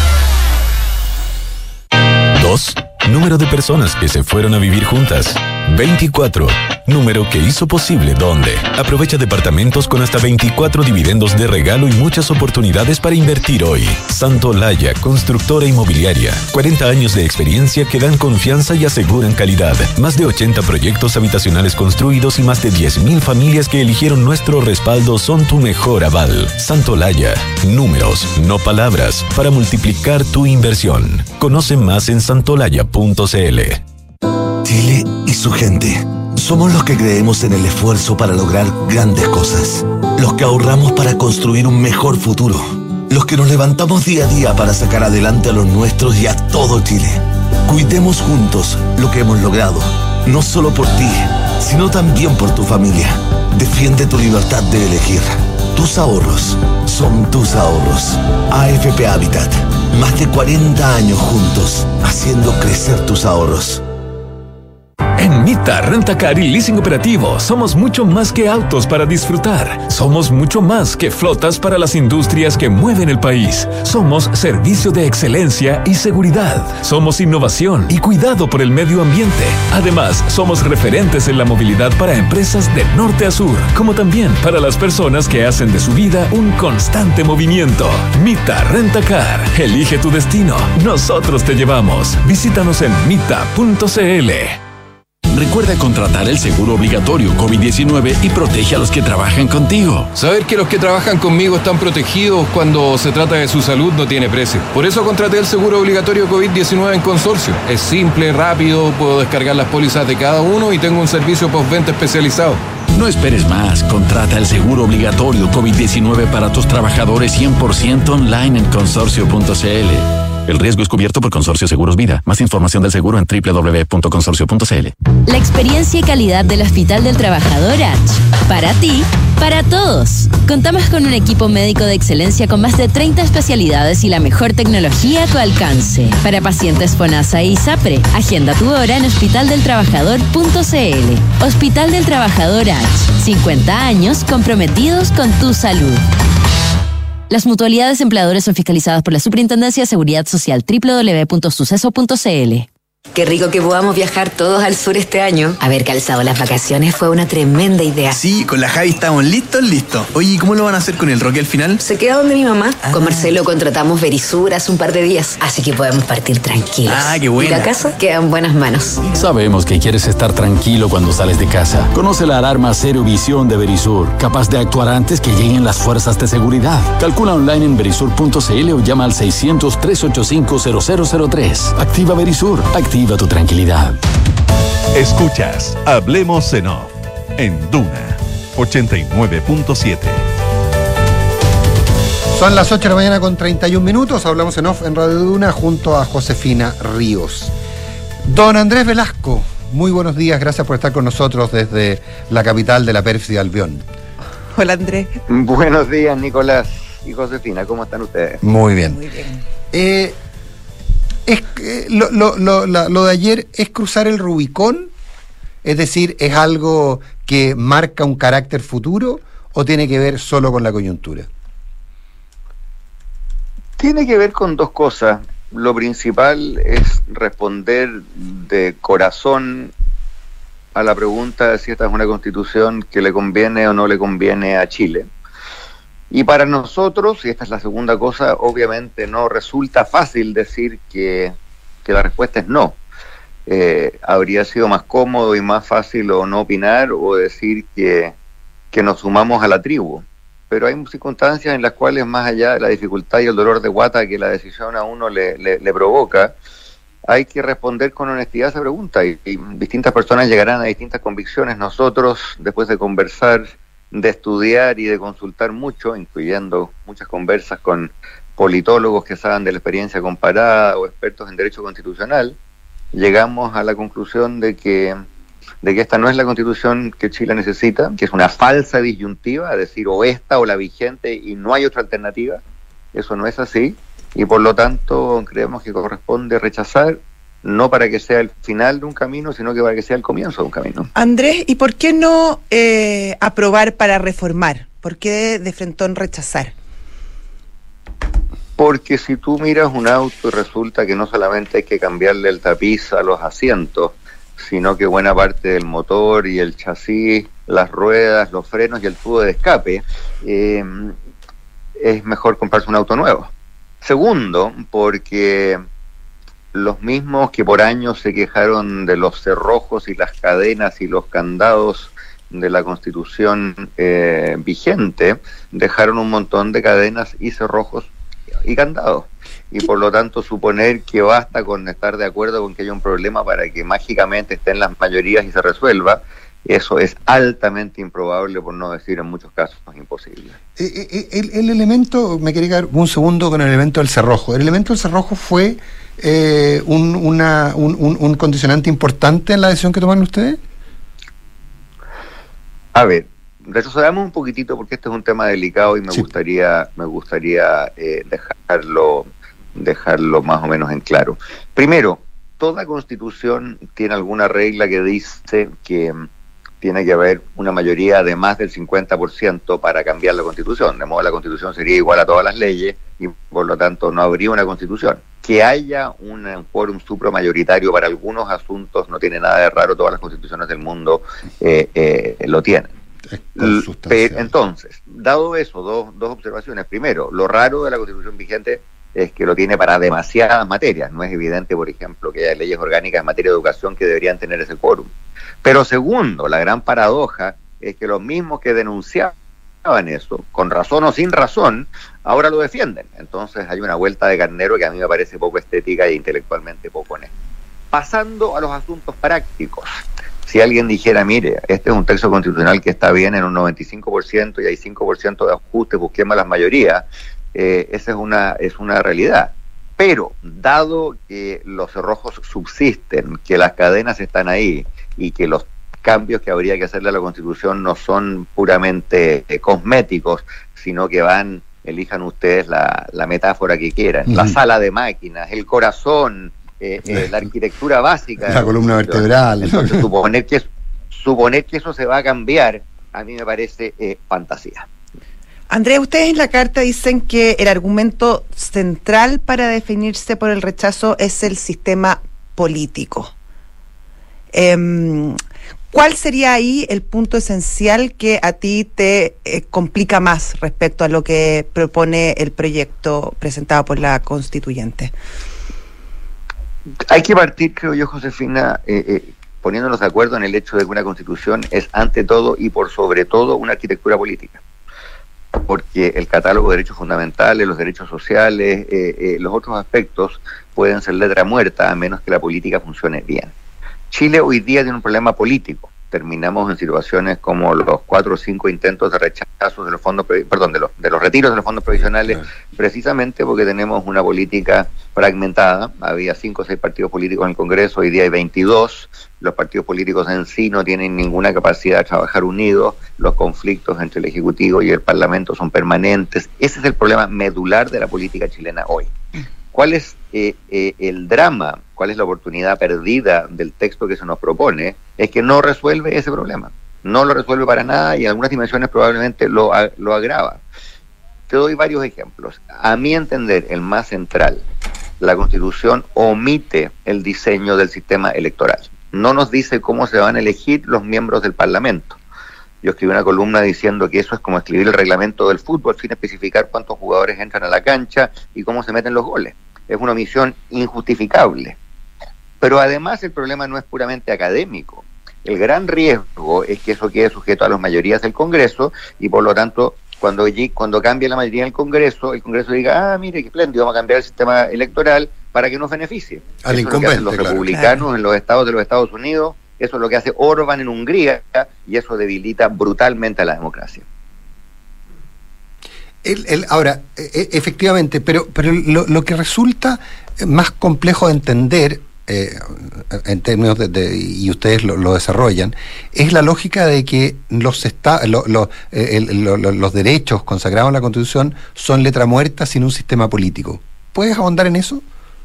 Dos. Número de personas que se fueron a vivir juntas. veinticuatro. Número que hizo posible dónde. Aprovecha departamentos con hasta veinticuatro dividendos de regalo y muchas oportunidades para invertir hoy. Santolaya, constructora inmobiliaria. cuarenta años de experiencia que dan confianza y aseguran calidad. Más de ochenta proyectos habitacionales construidos y más de diez mil familias que eligieron nuestro respaldo son tu mejor aval. Santolaya. Números, no palabras, para multiplicar tu inversión. Conoce más en santolaya punto c l. Chile y su gente Somos los que creemos en el esfuerzo para lograr grandes cosas. Los que ahorramos para construir un mejor futuro. Los que nos levantamos día a día para sacar adelante a los nuestros y a todo Chile. Cuidemos juntos lo que hemos logrado. No solo por ti, sino también por tu familia. Defiende tu libertad de elegir. Tus ahorros son tus ahorros. A F P Habitat. Más de cuarenta años juntos, haciendo crecer tus ahorros. En Mita, Rentacar y Leasing Operativo somos mucho más que autos para disfrutar. Somos mucho más que flotas para las industrias que mueven el país. Somos servicio de excelencia y seguridad. Somos innovación y cuidado por el medio ambiente. Además, somos referentes en la movilidad para empresas de norte a sur, como también para las personas que hacen de su vida un constante movimiento. Mita Rentacar. Elige tu destino. Nosotros te llevamos. Visítanos en mita punto c l. Recuerda contratar el seguro obligatorio COVID diecinueve y protege a los que trabajan contigo. Saber que los que trabajan conmigo están protegidos cuando se trata de su salud no tiene precio. Por eso contraté el seguro obligatorio COVID diecinueve en Consorcio. Es simple, rápido, puedo descargar las pólizas de cada uno y tengo un servicio postventa especializado. No esperes más. Contrata el seguro obligatorio COVID diecinueve para tus trabajadores cien por ciento online en consorcio punto c l. El riesgo es cubierto por Consorcio Seguros Vida. Más información del seguro en doble u doble u doble u punto consorcio punto c l. La experiencia y calidad del Hospital del Trabajador H. Para ti, para todos. Contamos con un equipo médico de excelencia con más de treinta especialidades y la mejor tecnología a tu alcance. Para pacientes FONASA y ISAPRE, agenda tu hora en hospital del trabajador punto c l. Hospital del Trabajador H. cincuenta años comprometidos con tu salud. Las mutualidades empleadores son fiscalizadas por la Superintendencia de Seguridad Social. doble u doble u doble u punto suceso punto c l. Qué rico que podamos viajar todos al sur este año. Haber calzado las vacaciones fue una tremenda idea. Sí, con la Javi estamos listos, listos. Oye, ¿y cómo lo van a hacer con el Roque al final? Se queda donde mi mamá. Ah. Con Marcelo contratamos Verisur hace un par de días, así que podemos partir tranquilos. Ah, qué buena. Y la casa queda en buenas manos. Sabemos que quieres estar tranquilo cuando sales de casa. Conoce la alarma Cero Visión de Verisur, capaz de actuar antes que lleguen las fuerzas de seguridad. Calcula online en verisur punto c l o llama al seiscientos, trescientos ochenta y cinco, cero cero cero tres. Activa Verisur. Activa tu tranquilidad. Escuchas Hablemos en Off en Duna ochenta y nueve punto siete. Son las ocho de la mañana con treinta y un minutos. Hablamos en Off en Radio Duna junto a Josefina Ríos. Don Andrés Velasco, muy buenos días. Gracias por estar con nosotros desde la capital de la pérfida Albión. Hola, Andrés. Buenos días, Nicolás y Josefina. ¿Cómo están ustedes? Muy bien. Muy bien. Eh, es, eh, lo, lo, lo, la, lo de ayer es cruzar el Rubicón, es decir, ¿es algo que marca un carácter futuro o tiene que ver solo con la coyuntura? Tiene que ver con dos cosas. Lo principal es responder de corazón a la pregunta de si esta es una constitución que le conviene o no le conviene a Chile. Y para nosotros, y esta es la segunda cosa, obviamente no resulta fácil decir que, que la respuesta es no. Eh, habría sido más cómodo y más fácil o no opinar o decir que, que nos sumamos a la tribu. Pero hay circunstancias en las cuales, más allá de la dificultad y el dolor de guata que la decisión a uno le, le, le provoca, hay que responder con honestidad a esa pregunta. Y, y distintas personas llegarán a distintas convicciones. Nosotros, después de conversar, de estudiar y de consultar mucho, incluyendo muchas conversas con politólogos que saben de la experiencia comparada o expertos en derecho constitucional, llegamos a la conclusión de que, de que esta no es la constitución que Chile necesita, que es una falsa disyuntiva, es decir, o esta o la vigente y no hay otra alternativa. Eso no es así y por lo tanto creemos que corresponde rechazar, no para que sea el final de un camino, sino que para que sea el comienzo de un camino. Andrés, ¿y por qué no eh, aprobar para reformar? ¿Por qué de frentón rechazar? Porque si tú miras un auto y resulta que no solamente hay que cambiarle el tapiz a los asientos, sino que buena parte del motor y el chasis, las ruedas, los frenos y el tubo de escape, eh, es mejor comprarse un auto nuevo. Segundo, porque los mismos que por años se quejaron de los cerrojos y las cadenas y los candados de la Constitución eh, vigente, dejaron un montón de cadenas y cerrojos y candados. Y por lo tanto suponer que basta con estar de acuerdo con que haya un problema para que mágicamente estén las mayorías y se resuelva, Eso es altamente improbable, por no decir en muchos casos imposible. El, el, el elemento, me quería quedar un segundo con el elemento del cerrojo. ¿El elemento del cerrojo fue eh, un, una, un, un, un condicionante importante en la decisión que tomaron ustedes? A ver, retrocedamos un poquitito porque este es un tema delicado y me Sí. gustaría, me gustaría eh, dejarlo, dejarlo más o menos en claro. Primero, toda constitución tiene alguna regla que dice que tiene que haber una mayoría de más del cincuenta por ciento para cambiar la constitución, de modo que la constitución sería igual a todas las leyes y por lo tanto no habría una constitución. Que haya una, un quórum supramayoritario para algunos asuntos no tiene nada de raro, todas las constituciones del mundo eh, eh, lo tienen. L- pe- entonces, dado eso, dos, dos observaciones. Primero, lo raro de la constitución vigente es que lo tiene para demasiadas materias. No es evidente, por ejemplo, que haya leyes orgánicas en materia de educación que deberían tener ese quórum. Pero segundo, la gran paradoja es que los mismos que denunciaban eso, con razón o sin razón, ahora lo defienden. Entonces hay una vuelta de carnero que a mí me parece poco estética e intelectualmente poco honesta. Pasando a los asuntos prácticos. Si alguien dijera, mire, este es un texto constitucional que está bien en un noventa y cinco por ciento y hay cinco por ciento de ajustes, busquemos las mayorías, eh, esa es una, es una realidad. Pero, dado que los cerrojos subsisten, que las cadenas están ahí y que los cambios que habría que hacerle a la Constitución no son puramente eh, cosméticos, sino que van, elijan ustedes la, la metáfora que quieran, uh-huh. la sala de máquinas, el corazón, eh, eh, la arquitectura básica. La columna vertebral. Entonces, suponer que, suponer que eso se va a cambiar, a mí me parece eh, fantasía. Andrea, ustedes en la carta dicen que el argumento central para definirse por el rechazo es el sistema político. Eh, ¿Cuál sería ahí el punto esencial que a ti te eh, complica más respecto a lo que propone el proyecto presentado por la constituyente? Hay que partir, creo yo, Josefina, eh, eh, poniéndonos de acuerdo en el hecho de que una constitución es ante todo y por sobre todo una arquitectura política. Porque el catálogo de derechos fundamentales, los derechos sociales, eh, eh, los otros aspectos pueden ser letra muerta a menos que la política funcione bien. Chile hoy día tiene un problema político. Terminamos en situaciones como los cuatro o cinco intentos de rechazo de los fondos, perdón, de los, de los retiros de los fondos provisionales, claro. precisamente porque tenemos una política fragmentada. Había cinco o seis partidos políticos en el Congreso, hoy día hay veintidós. Los partidos políticos en sí no tienen ninguna capacidad de trabajar unidos. Los conflictos entre el Ejecutivo y el Parlamento son permanentes. Ese es el problema medular de la política chilena hoy. ¿Cuál es eh, eh, el drama? ¿Cuál es la oportunidad perdida del texto que se nos propone? Es que no resuelve ese problema. No lo resuelve para nada y en algunas dimensiones probablemente lo, lo agrava. Te doy varios ejemplos. A mi entender, el más central, la Constitución omite el diseño del sistema electoral. No nos dice cómo se van a elegir los miembros del Parlamento. Yo escribí una columna diciendo que eso es como escribir el reglamento del fútbol sin especificar cuántos jugadores entran a la cancha y cómo se meten los goles. Es una omisión injustificable. Pero además el problema no es puramente académico. El gran riesgo es que eso quede sujeto a las mayorías del Congreso y por lo tanto cuando, cuando cambie la mayoría del Congreso, el Congreso diga, ah, mire, qué espléndido, vamos a cambiar el sistema electoral para que nos beneficie. Al eso es lo que hacen los claro. republicanos claro. en los estados de los Estados Unidos. Eso es lo que hace Orbán en Hungría y eso debilita brutalmente a la democracia. El, el, ahora, e, efectivamente, pero, pero lo, lo que resulta más complejo de entender, eh, en términos de, de y ustedes lo, lo desarrollan, es la lógica de que los, esta, lo, lo, el, lo, lo, los derechos consagrados en la Constitución son letra muerta sin un sistema político. ¿Puedes ahondar en eso?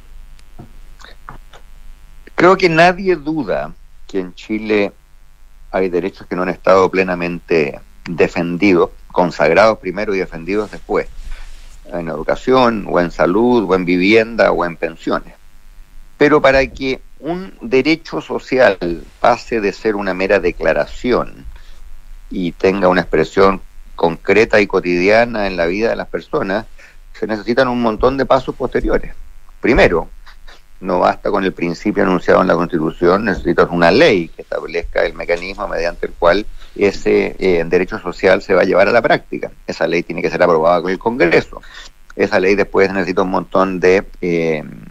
Creo que nadie duda que en Chile hay derechos que no han estado plenamente defendidos, consagrados primero y defendidos después, en educación, o en salud, o en vivienda, o en pensiones. Pero para que un derecho social pase de ser una mera declaración y tenga una expresión concreta y cotidiana en la vida de las personas, se necesitan un montón de pasos posteriores. Primero, no basta con el principio anunciado en la Constitución, necesitas una ley que establezca el mecanismo mediante el cual ese eh, derecho social se va a llevar a la práctica. Esa ley tiene que ser aprobada con el Congreso. Esa ley después necesita un montón de, eh,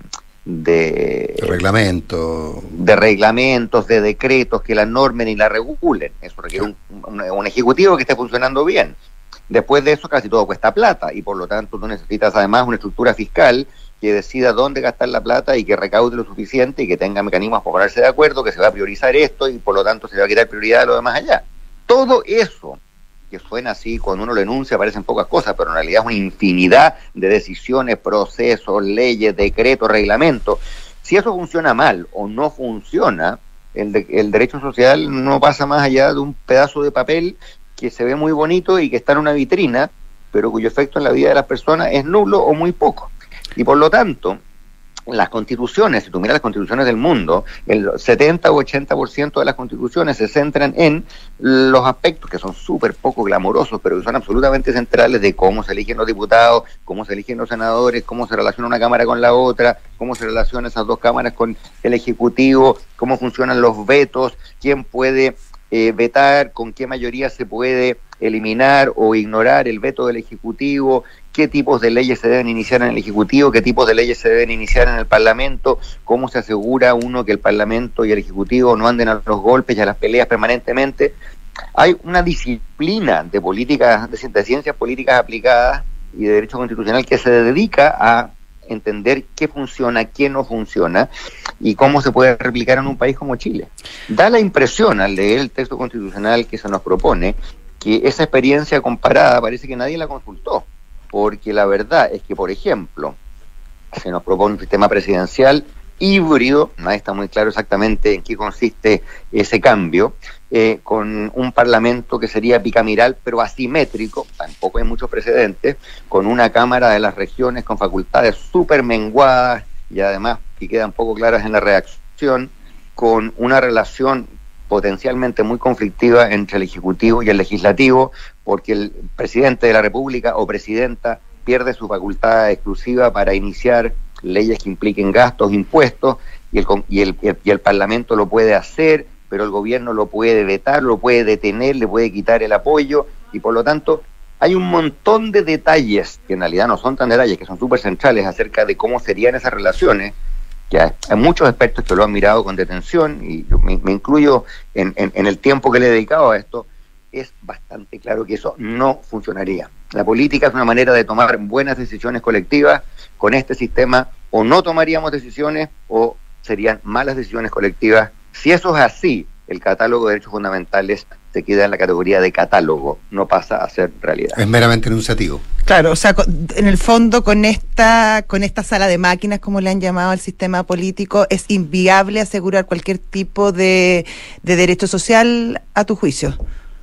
de, de reglamento, de reglamentos, de decretos que la normen y la regulen. Eso requiere un, un, un ejecutivo que esté funcionando bien. Después de eso casi todo cuesta plata y por lo tanto tú necesitas además una estructura fiscal que decida dónde gastar la plata y que recaude lo suficiente y que tenga mecanismos para ponerse de acuerdo, que se va a priorizar esto y por lo tanto se va a quitar prioridad de lo demás allá. Todo eso que suena así, cuando uno lo enuncia parecen pocas cosas, pero en realidad es una infinidad de decisiones, procesos, leyes, decretos, reglamentos. Si eso funciona mal o no funciona, el, de, el derecho social no pasa más allá de un pedazo de papel que se ve muy bonito y que está en una vitrina, pero cuyo efecto en la vida de las personas es nulo o muy poco. Y por lo tanto, las constituciones, si tú miras las constituciones del mundo, el setenta o ochenta por ciento de las constituciones se centran en los aspectos que son súper poco glamorosos, pero que son absolutamente centrales de cómo se eligen los diputados, cómo se eligen los senadores, cómo se relaciona una cámara con la otra, cómo se relacionan esas dos cámaras con el ejecutivo, cómo funcionan los vetos, quién puede eh, vetar, con qué mayoría se puede eliminar o ignorar el veto del ejecutivo, qué tipos de leyes se deben iniciar en el Ejecutivo, qué tipos de leyes se deben iniciar en el Parlamento, cómo se asegura uno que el Parlamento y el Ejecutivo no anden a los golpes y a las peleas permanentemente. Hay una disciplina de políticas, de, de ciencias políticas aplicadas y de derecho constitucional que se dedica a entender qué funciona, qué no funciona y cómo se puede replicar en un país como Chile. Da la impresión al leer el texto constitucional que se nos propone que esa experiencia comparada parece que nadie la consultó. Porque la verdad es que, por ejemplo, se nos propone un sistema presidencial híbrido, nadie está muy claro exactamente en qué consiste ese cambio, eh, con un parlamento que sería bicameral pero asimétrico, tampoco hay muchos precedentes, con una Cámara de las Regiones con facultades súper menguadas y además que quedan poco claras en la redacción, con una relación potencialmente muy conflictiva entre el Ejecutivo y el Legislativo, porque el presidente de la República o presidenta pierde su facultad exclusiva para iniciar leyes que impliquen gastos, impuestos, y el, y el, y el Parlamento lo puede hacer, pero el gobierno lo puede vetar, lo puede detener, le puede quitar el apoyo, y por lo tanto hay un montón de detalles, que en realidad no son tan detalles, que son súper centrales acerca de cómo serían esas relaciones, que hay, hay muchos expertos que lo han mirado con detención, y yo me, me incluyo en, en, en el tiempo que le he dedicado a esto. Es bastante claro que eso no funcionaría. La política es una manera de tomar buenas decisiones colectivas. Con este sistema o no tomaríamos decisiones o serían malas decisiones colectivas. Si eso es así, el catálogo de derechos fundamentales se queda en la categoría de catálogo, no pasa a ser realidad. Es meramente enunciativo. Claro, o sea, en el fondo con esta con esta sala de máquinas, como le han llamado al sistema político, es inviable asegurar cualquier tipo de, de derecho social, a tu juicio.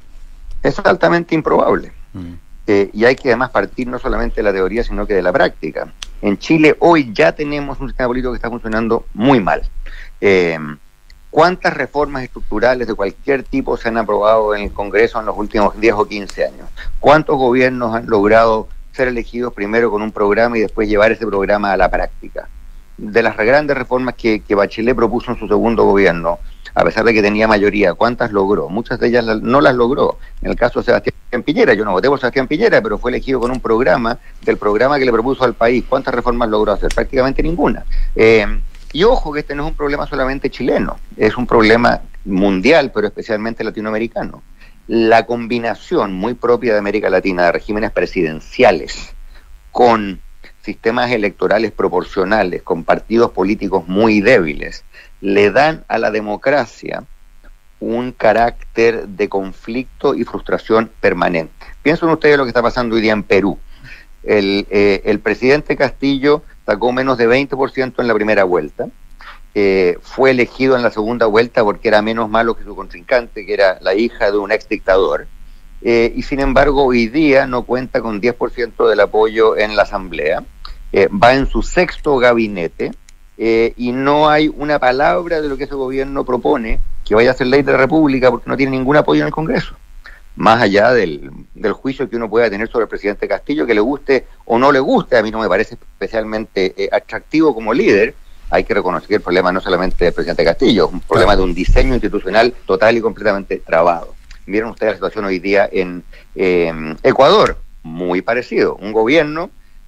Es altamente improbable. Mm. Eh, y hay que además partir no solamente de la teoría, sino que de la práctica. En Chile hoy ya tenemos un sistema político que está funcionando muy mal. Eh, ¿Cuántas reformas estructurales de cualquier tipo se han aprobado en el Congreso en los últimos diez o quince años? ¿Cuántos gobiernos han logrado ser elegidos primero con un programa y después llevar ese programa a la práctica? De las grandes reformas que, que Bachelet propuso en su segundo gobierno, a pesar de que tenía mayoría, ¿cuántas logró? Muchas de ellas no las logró. En el caso de Sebastián Piñera, yo no voté por Sebastián Piñera, pero fue elegido con un programa, del programa que le propuso al país. ¿Cuántas reformas logró hacer? Prácticamente ninguna. Eh, y ojo que este no es un problema solamente chileno, es un problema mundial, pero especialmente latinoamericano. La combinación muy propia de América Latina de regímenes presidenciales con sistemas electorales proporcionales, con partidos políticos muy débiles, le dan a la democracia un carácter de conflicto y frustración permanente. Piensen ustedes lo que está pasando hoy día en Perú. El, eh, el presidente Castillo sacó menos de veinte por ciento en la primera vuelta, eh, fue elegido en la segunda vuelta porque era menos malo que su contrincante, que era la hija de un ex dictador, eh, y sin embargo hoy día no cuenta con diez por ciento del apoyo en la asamblea, eh, va en su sexto gabinete, Eh, y no hay una palabra de lo que ese gobierno propone que vaya a ser ley de la República porque no tiene ningún apoyo en el Congreso. Más allá del, del juicio que uno pueda tener sobre el presidente Castillo, que le guste o no le guste, a mí no me parece especialmente eh, atractivo como líder, hay que reconocer que el problema no solamente del presidente Castillo, es un problema de un diseño institucional total y completamente trabado. Miren ustedes la situación hoy día en eh, Ecuador, muy parecido, un gobierno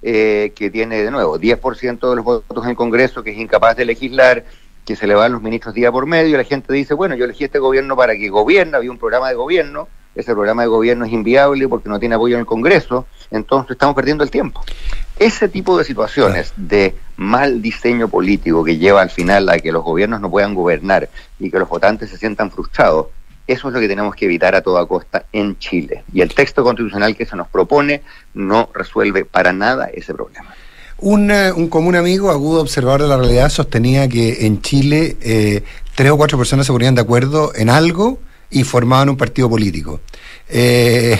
eh, que tiene, de nuevo, diez por ciento de los votos en el Congreso, que es incapaz de legislar, que se le van los ministros día por medio, y la gente dice, bueno, yo elegí este gobierno para que gobierne, había un programa de gobierno, ese programa de gobierno es inviable porque no tiene apoyo en el Congreso, entonces estamos perdiendo el tiempo. Ese tipo de situaciones de mal diseño político que lleva al final a que los gobiernos no puedan gobernar y que los votantes se sientan frustrados, eso es lo que tenemos que evitar a toda costa en Chile. Y el texto constitucional que se nos propone no resuelve para nada ese problema. Un, un común amigo, agudo observador de la realidad, sostenía que en Chile eh, tres o cuatro personas se ponían de acuerdo en algo y formaban un partido político. Eh,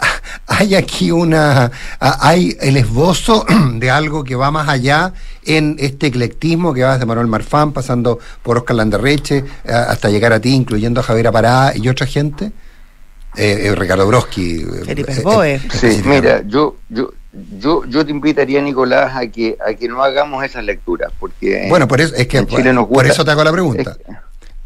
hay aquí una hay el esbozo de algo que va más allá en este eclectismo que va desde Manuel Marfán, pasando por Óscar Landerreche, hasta llegar a ti, incluyendo a Javier Apará y otra gente. Eh, eh, Ricardo Broski, Felipe Boe. Eh, sí, mira, yo, yo Yo, yo te invitaría, Nicolás, a que a que no hagamos esas lecturas, porque bueno, por eso es que Chile nos gusta, por eso te hago la pregunta. Es,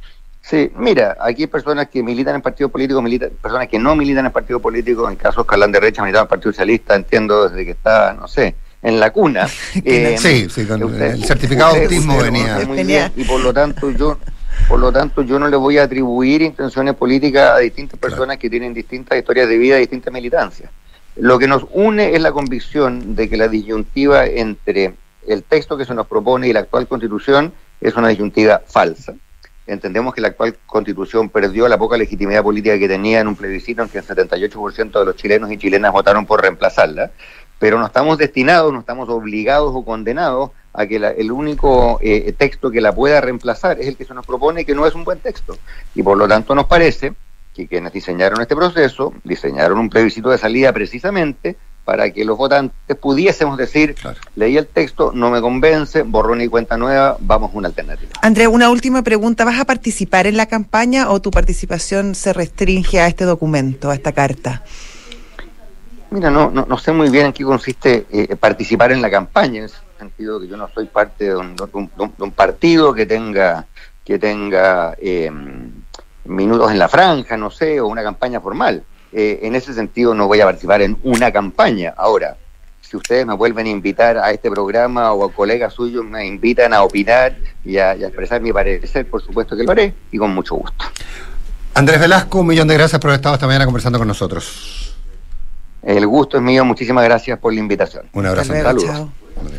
sí, mira, aquí hay personas que militan en partidos políticos, militan, personas que no militan en partidos políticos. En el caso de Óscar Landerreche militaba en el Partido Socialista, entiendo, desde que estaba, no sé, en la cuna. eh, sí, sí, con usted, el certificado de autismo usted, venía. Usted muy bien, y por lo tanto yo por lo tanto yo no le voy a atribuir intenciones políticas a distintas personas claro. que tienen distintas historias de vida, distintas militancias. Lo que nos une es la convicción de que la disyuntiva entre el texto que se nos propone y la actual Constitución es una disyuntiva falsa. Entendemos que la actual Constitución perdió la poca legitimidad política que tenía en un plebiscito en que el setenta y ocho por ciento de los chilenos y chilenas votaron por reemplazarla, pero no estamos destinados, no estamos obligados o condenados a que la, el único eh, texto que la pueda reemplazar es el que se nos propone, que no es un buen texto. Y por lo tanto nos parece que quienes diseñaron este proceso, diseñaron un plebiscito de salida precisamente para que los votantes pudiésemos decir, claro. leí el texto, no me convence, borrón y cuenta nueva, vamos a una alternativa. Andrés, una última pregunta, ¿vas a participar en la campaña o tu participación se restringe a este documento, a esta carta? Mira, no no, no sé muy bien en qué consiste eh, participar en la campaña, en el sentido que yo no soy parte de un, de un, de un partido que tenga, que tenga eh, minutos en la franja, no sé, o una campaña formal. Eh, en ese sentido no voy a participar en una campaña. Ahora, si ustedes me vuelven a invitar a este programa o a colegas suyos me invitan a opinar y a, y a expresar mi parecer, por supuesto que lo haré y con mucho gusto. Andrés Velasco, un millón de gracias por haber estado esta mañana conversando con nosotros. El gusto es mío, muchísimas gracias por la invitación. Un abrazo, saludos. Chao.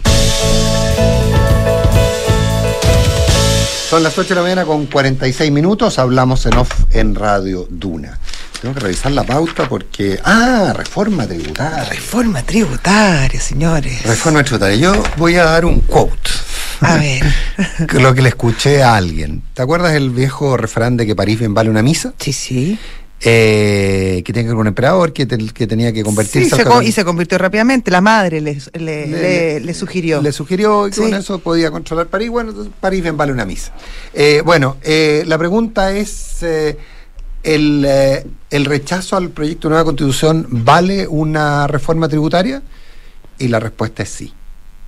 Son las ocho de la mañana con cuarenta y seis minutos, hablamos en off en Radio Duna. Tengo que revisar la pauta porque... Ah, reforma tributaria. Reforma tributaria, señores. Reforma tributaria. Yo voy a dar un quote. A ver. Lo que le escuché a alguien. ¿Te acuerdas del viejo refrán de que París bien vale una misa? Sí, sí. Eh, que tenía que ver con un emperador que, te, que tenía que convertirse... Sí, se co- y se convirtió rápidamente. La madre le, le, le, le, le sugirió. Le sugirió y sí. Con eso podía controlar París. Bueno, entonces París bien vale una misa. Eh, bueno, eh, la pregunta es... Eh, El, eh, ¿El rechazo al proyecto de nueva Constitución vale una reforma tributaria? Y la respuesta es sí.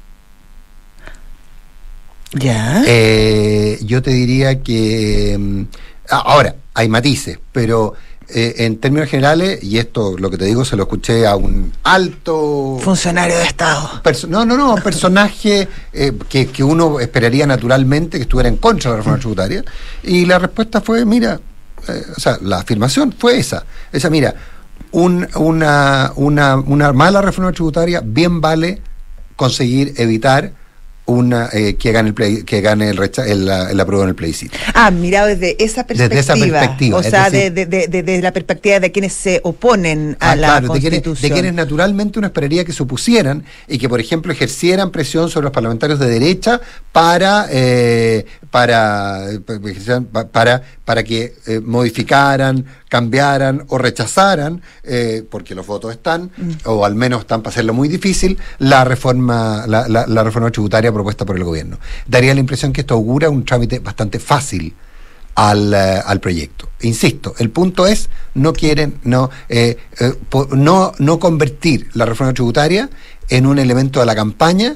¿Ya? Eh, yo te diría que... Eh, ahora, hay matices, pero eh, en términos generales, y esto lo que te digo se lo escuché a un alto... funcionario de Estado. Perso- no, no, no, personaje eh, que, que uno esperaría naturalmente que estuviera en contra de la reforma tributaria. Y la respuesta fue, mira... Eh, o sea, la afirmación fue esa. Esa, mira, un, una, una, una mala reforma tributaria bien vale conseguir evitar una eh, que gane el play, que gane el recha, el, el apruebo en el plebiscito. Ah, mirado desde esa perspectiva. Desde esa perspectiva. O sea, decir, de, de, de, de la perspectiva de quienes se oponen a ah, la claro, Constitución. De quienes, de quienes naturalmente uno esperaría que se opusieran y que, por ejemplo, ejercieran presión sobre los parlamentarios de derecha para eh, para, para para que eh, modificaran, cambiaran o rechazaran, eh, porque los votos están, mm. o al menos están para hacerlo muy difícil, la reforma, la, la, la reforma tributaria propuesta por el gobierno. Daría la impresión que esto augura un trámite bastante fácil al, uh, al proyecto. Insisto, el punto es, no quieren no, eh, eh, po, no, no convertir la reforma tributaria en un elemento de la campaña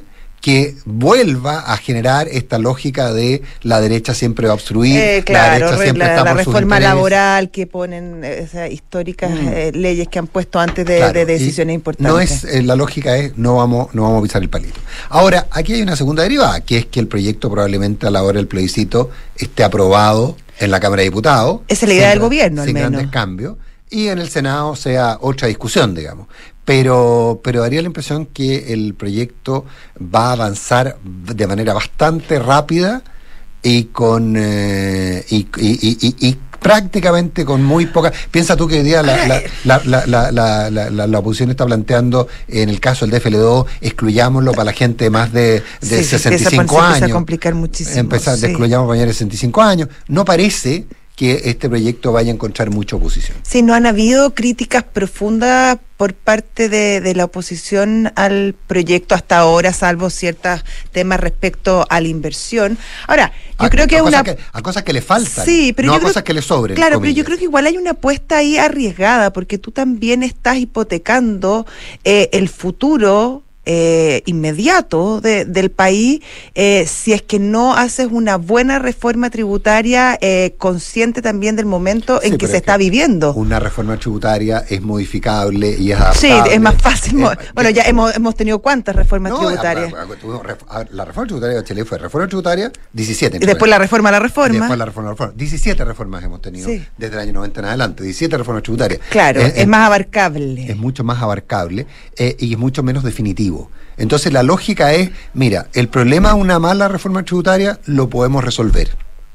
que vuelva a generar esta lógica de la derecha siempre va a obstruir, eh, claro, la derecha siempre la, está la por sus reforma intereses. laboral que ponen esas históricas Mm. eh, leyes que han puesto antes de, Claro, de decisiones y importantes. No es, eh, la lógica es no vamos, no vamos a pisar el palito. Ahora, aquí hay una segunda derivada, que es que el proyecto probablemente a la hora del plebiscito esté aprobado en la Cámara de Diputados. Esa es la idea sin del gra- gobierno, al sin menos. grandes cambios. Y en el Senado sea otra discusión, digamos. Pero, pero daría la impresión que el proyecto va a avanzar de manera bastante rápida y con eh, y, y, y, y, y prácticamente con muy poca. Piensa tú que hoy día la, la, la, la, la, la, la, la, la oposición está planteando, en el caso del D F L dos, excluyámoslo para la gente de más de, de Sí, sesenta y se cinco empieza- se años. empieza a complicar muchísimo. Empezar, sí. excluyamos para mayores de sesenta y cinco años. No parece que este proyecto vaya a encontrar mucha oposición. Sí, no han habido críticas profundas por parte de, de la oposición al proyecto hasta ahora, salvo ciertos temas respecto a la inversión. Ahora, yo a, creo que a es cosas una... que, a cosas que le faltan, Sí, pero no yo a creo- cosas que le sobren. Claro, pero comillas. yo creo que igual hay una apuesta ahí arriesgada, porque tú también estás hipotecando eh, el futuro eh, inmediato de, del país eh, si es que no haces una buena reforma tributaria eh, consciente también del momento Sí, en que pero se es está que viviendo. Una reforma tributaria es modificable y es Sí, adaptable. es más fácil. mo- Es- bueno, ya hemos, hemos tenido cuántas reformas No, tributarias. a- a- tuvimos ref- a- la reforma tributaria de Bachelet fue reforma tributaria diecisiete. Y después la reforma a la reforma. Y después la reforma a la reforma. diecisiete reformas hemos tenido Sí. desde el año noventa en adelante. diecisiete reformas tributarias. Claro, Eh, es eh, más abarcable. es mucho más abarcable eh, y es mucho menos definitivo. Entonces la lógica es, mira, el problema de una mala reforma tributaria lo podemos resolver.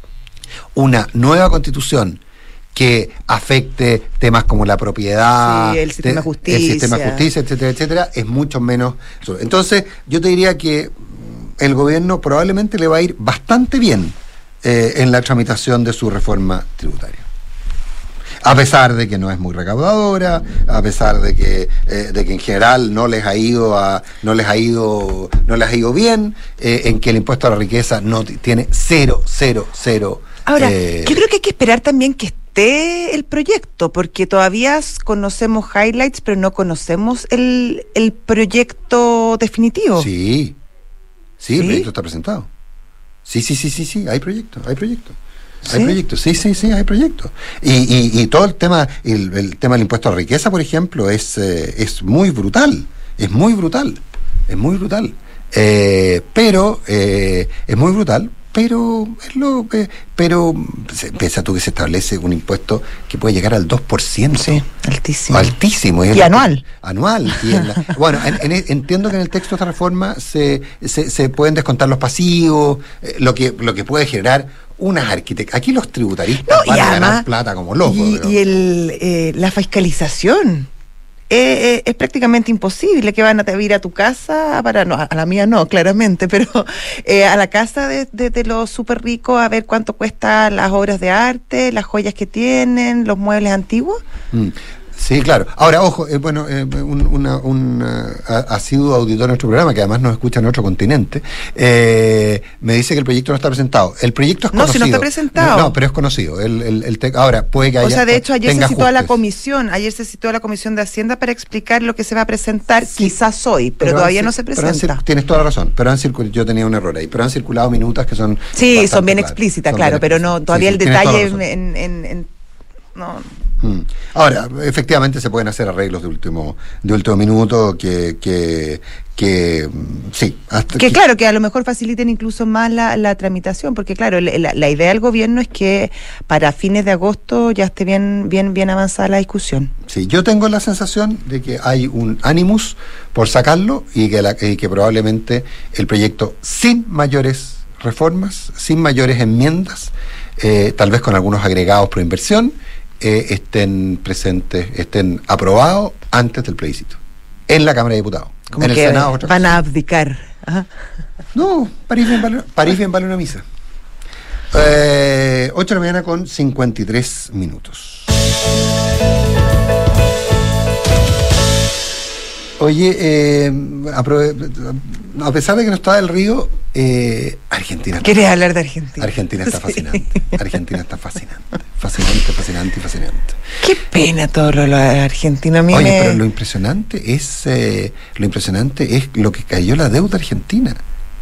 Una nueva constitución que afecte temas como la propiedad, Sí, el sistema de justicia. el sistema de justicia, etcétera, etcétera, es mucho menos. Entonces, yo te diría que mm, el gobierno probablemente le va a ir bastante bien eh, en la tramitación de su reforma tributaria. A pesar de que no es muy recaudadora, a pesar de que eh, de que en general no les ha ido a no les ha ido no les ha ido bien, eh, en que el impuesto a la riqueza no t- tiene cero cero cero. Ahora, eh, yo creo que hay que esperar también que esté el proyecto, porque todavía s- conocemos highlights, pero no conocemos el, el proyecto definitivo. Sí, sí, el ¿Sí? proyecto está presentado. Sí, sí, sí, sí, sí, hay proyecto, hay proyecto. Hay ¿Sí? proyectos, sí, sí, sí, hay proyectos. Y, y, y todo el tema, el, el tema del impuesto a la riqueza, por ejemplo, es, eh, es muy brutal, es muy brutal, es muy brutal. Eh, pero, eh, es muy brutal, pero, es lo, eh, pero se- piensa tú que se establece un impuesto que puede llegar al dos por ciento. Sí, altísimo. Altísimo. es Y lo- anual. Anual. Y en la- bueno, en- en- entiendo que en el texto de esta reforma se, se, se pueden descontar los pasivos, eh, lo que lo que puede generar unas arquitecturas. Aquí los tributaristas No, y van a ganar además- plata como locos. Y, pero- y el, eh, la fiscalización. Eh, eh, es prácticamente imposible que van a te- ir a tu casa, para no, a la mía no, claramente, pero eh, a la casa de, de, de los súper ricos a ver cuánto cuestan las obras de arte, las joyas que tienen, los muebles antiguos. Mm. Sí, claro. Ahora, ojo, eh, bueno, eh, un, una, un uh, asiduo auditor de nuestro programa, que además nos escucha en otro continente, eh, me dice que el proyecto no está presentado. El proyecto es No, si conocido. no está presentado. No, no, pero es conocido. El, el, el te- ahora, puede que haya. O sea, de hecho, ayer se tenga citó a la ajustes. comisión, ayer se citó a la Comisión de Hacienda para explicar lo que se va a presentar, quizás hoy, pero, han todavía cir- no se pero han presenta. cir- Tienes toda la razón, pero han circulado, yo tenía un error ahí, pero han circulado minutas que son. Sí, son bastante bien claras, explícitas, son claro, bien pero no, explícitas. todavía Sí, el sí, tienes toda la detalle razón. en, en, en- no. Mm. Ahora, efectivamente se pueden hacer arreglos de último de último minuto que que, que mm, sí. Hasta Que claro, que a lo mejor faciliten incluso más la, la tramitación, porque claro, la, la- la idea del gobierno es que para fines de agosto ya esté bien, bien, bien avanzada la discusión. Sí, yo tengo la sensación de que hay un ánimos por sacarlo y que, la, y que probablemente el proyecto sin mayores reformas, sin mayores enmiendas, eh, tal vez con algunos agregados pro inversión, eh, estén presentes, estén aprobados antes del plebiscito. En la Cámara de Diputados. Como en el que Senado otra van cosa. a abdicar. Ajá. No, París bien vale, París bien vale una misa. Eh, ocho de la mañana con cincuenta y tres minutos. Oye, eh, aprove- a pesar de que no está del Río, eh, Argentina. está- ¿Quieres hablar de Argentina? Argentina está Sí. fascinante. Argentina está fascinante. Fascinante, fascinante y fascinante. Qué pena todo lo de Argentina. A mí Oye, me- pero lo impresionante es eh, lo impresionante es lo que cayó la deuda argentina.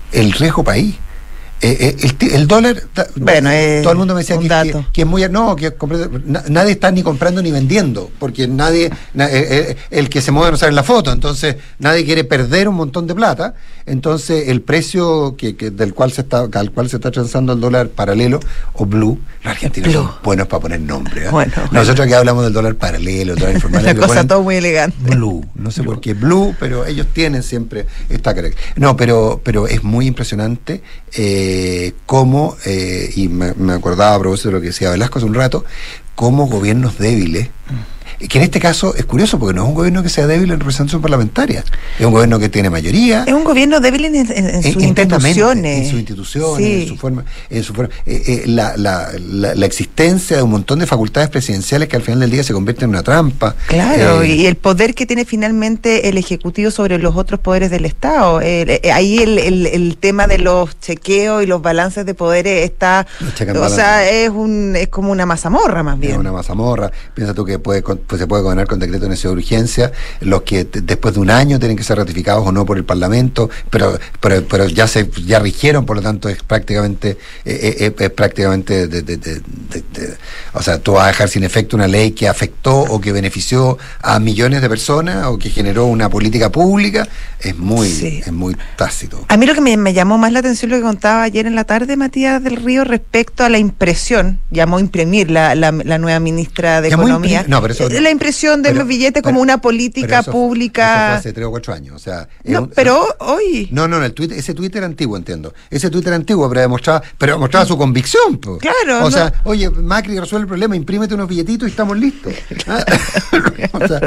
el riesgo país. Eh, eh, el, el dólar, bueno, eh, todo el mundo me decía que, que, que es muy, no, que na, nadie está ni comprando ni vendiendo, porque nadie, na, eh, el que se mueve no sale en la foto, entonces nadie quiere perder un montón de plata, entonces el precio que, que del cual se está, al cual se está transando el dólar paralelo o blue, los argentinos blue. Son buenos para poner nombre, ¿eh? Bueno, nosotros bueno. Aquí hablamos del dólar paralelo, dólar informal, la cosa todo muy elegante. Blue, no sé blue. Por qué blue, pero ellos tienen siempre esta característica. No, pero, pero es muy impresionante. Eh, Eh, cómo, eh, y me, me acordaba a propósito de lo que decía Velasco hace un rato, cómo gobiernos débiles, que en este caso es curioso porque no es un gobierno que sea débil en representación parlamentaria, es un gobierno que tiene mayoría. Es un gobierno débil en, en, en sus instituciones. En sus instituciones, sí. en su forma, en su forma eh, eh, la, la, la, la existencia de un montón de facultades presidenciales que al final del día se convierten en una trampa. Claro, eh, y el poder que tiene finalmente el Ejecutivo sobre los otros poderes del Estado. Eh, eh, ahí el, el, el tema de los chequeos y los balances de poderes está, o sea, es un es como una mazamorra más bien. Es una mazamorra. Piensa tú que puede pues se puede gobernar con decreto de necesidad de urgencia, los que t- después de un año tienen que ser ratificados o no por el Parlamento, pero pero, pero ya se ya rigieron, por lo tanto es prácticamente eh, eh, es prácticamente de, de, de, de, de, o sea, tú vas a dejar sin efecto una ley que afectó o que benefició a millones de personas o que generó una política pública, es muy sí. es muy tácito. A mí lo que me, me llamó más la atención lo que contaba ayer en la tarde Matías del Río respecto a la impresión, llamó a imprimir la, la, la nueva ministra de llamó Economía. Imprim- no, pero eso la impresión de pero, los billetes como pero, una política eso, pública. Eso fue hace tres o cuatro años. O sea, no, un, pero hoy. No, no, el tweet, ese Twitter antiguo, entiendo. Ese Twitter antiguo, pero demostraba, pero demostraba su convicción. Pues. Claro. O no. sea, oye, Macri resuelve el problema, imprímete unos billetitos y estamos listos. ¿Ah? O sea,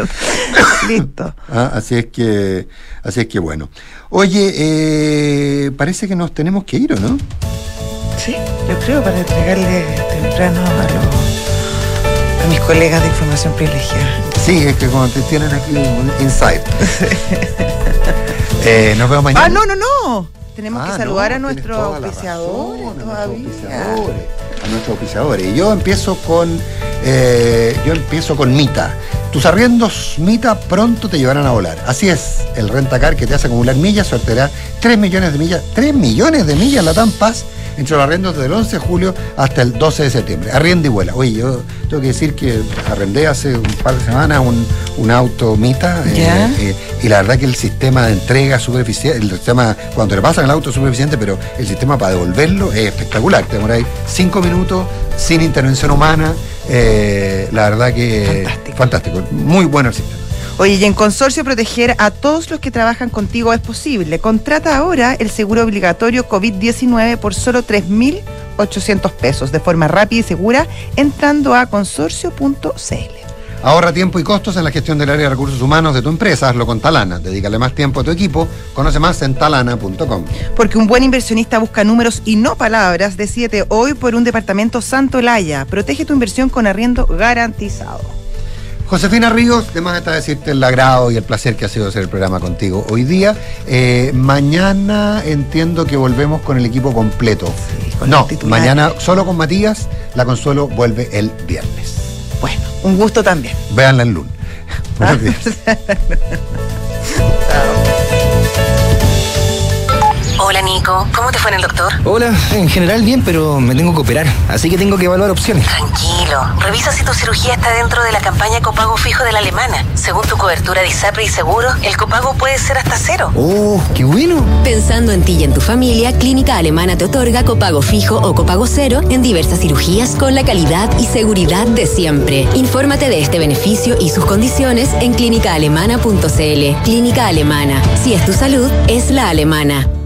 listo. ¿Ah? Así es que, así es que bueno. Oye, eh, parece que nos tenemos que ir, ¿o no? Sí, yo creo, para entregarle temprano a los. A mis colegas de información privilegiada. Sí, es que como te tienen aquí un insight. eh, nos vemos mañana. Ah, no, no, no. Tenemos ah, que saludar no, a nuestros auspiciadores todavía. A nuestros auspiciadores. Y yo empiezo con eh, yo empiezo con Mita. Tus arriendos Mita pronto te llevarán a volar. Así es, el rentacar que te hace acumular millas sorteará tres millones de millas, tres millones de millas la Tan Paz entre los arrendos desde el once de julio hasta el doce de septiembre. Arrienda y vuela. Oye, yo tengo que decir que arrendé hace un par de semanas un, un auto Mita eh, eh, y la verdad que el sistema de entrega es súper eficiente, el sistema, cuando te pasan el auto es súper eficiente, pero el sistema para devolverlo es espectacular. Te demoráis cinco minutos sin intervención humana. Eh, la verdad que fantástico. fantástico, muy bueno el sistema. Oye, y en Consorcio proteger a todos los que trabajan contigo es posible. Contrata ahora el seguro obligatorio COVID diecinueve por solo tres mil ochocientos pesos, de forma rápida y segura, entrando a consorcio punto c l. Ahorra tiempo y costos en la gestión del área de recursos humanos de tu empresa. Hazlo con Talana. Dedícale más tiempo a tu equipo. Conoce más en talana punto com. Porque un buen inversionista busca números y no palabras. Decídete hoy por un departamento Santolaya. Protege tu inversión con arriendo garantizado. Josefina Ríos, de más está decirte el agrado y el placer que ha sido hacer el programa contigo hoy día. Eh, mañana entiendo que volvemos con el equipo completo. Sí, con no, mañana solo con Matías. La Consuelo vuelve el viernes. Bueno, un gusto también. Véanla el lunes. Buenos días. Hola Nico, ¿cómo te fue en el doctor? Hola, en general bien, pero me tengo que operar, así que tengo que evaluar opciones. Tranquilo, revisa si tu cirugía está dentro de la campaña copago fijo de la alemana. Según tu cobertura de ISAPRE y seguro, el copago puede ser hasta cero. ¡Oh, qué bueno! Pensando en ti y en tu familia, Clínica Alemana te otorga copago fijo o copago cero en diversas cirugías con la calidad y seguridad de siempre. Infórmate de este beneficio y sus condiciones en clínica alemana punto c l. Clínica Alemana. Si es tu salud, es la alemana.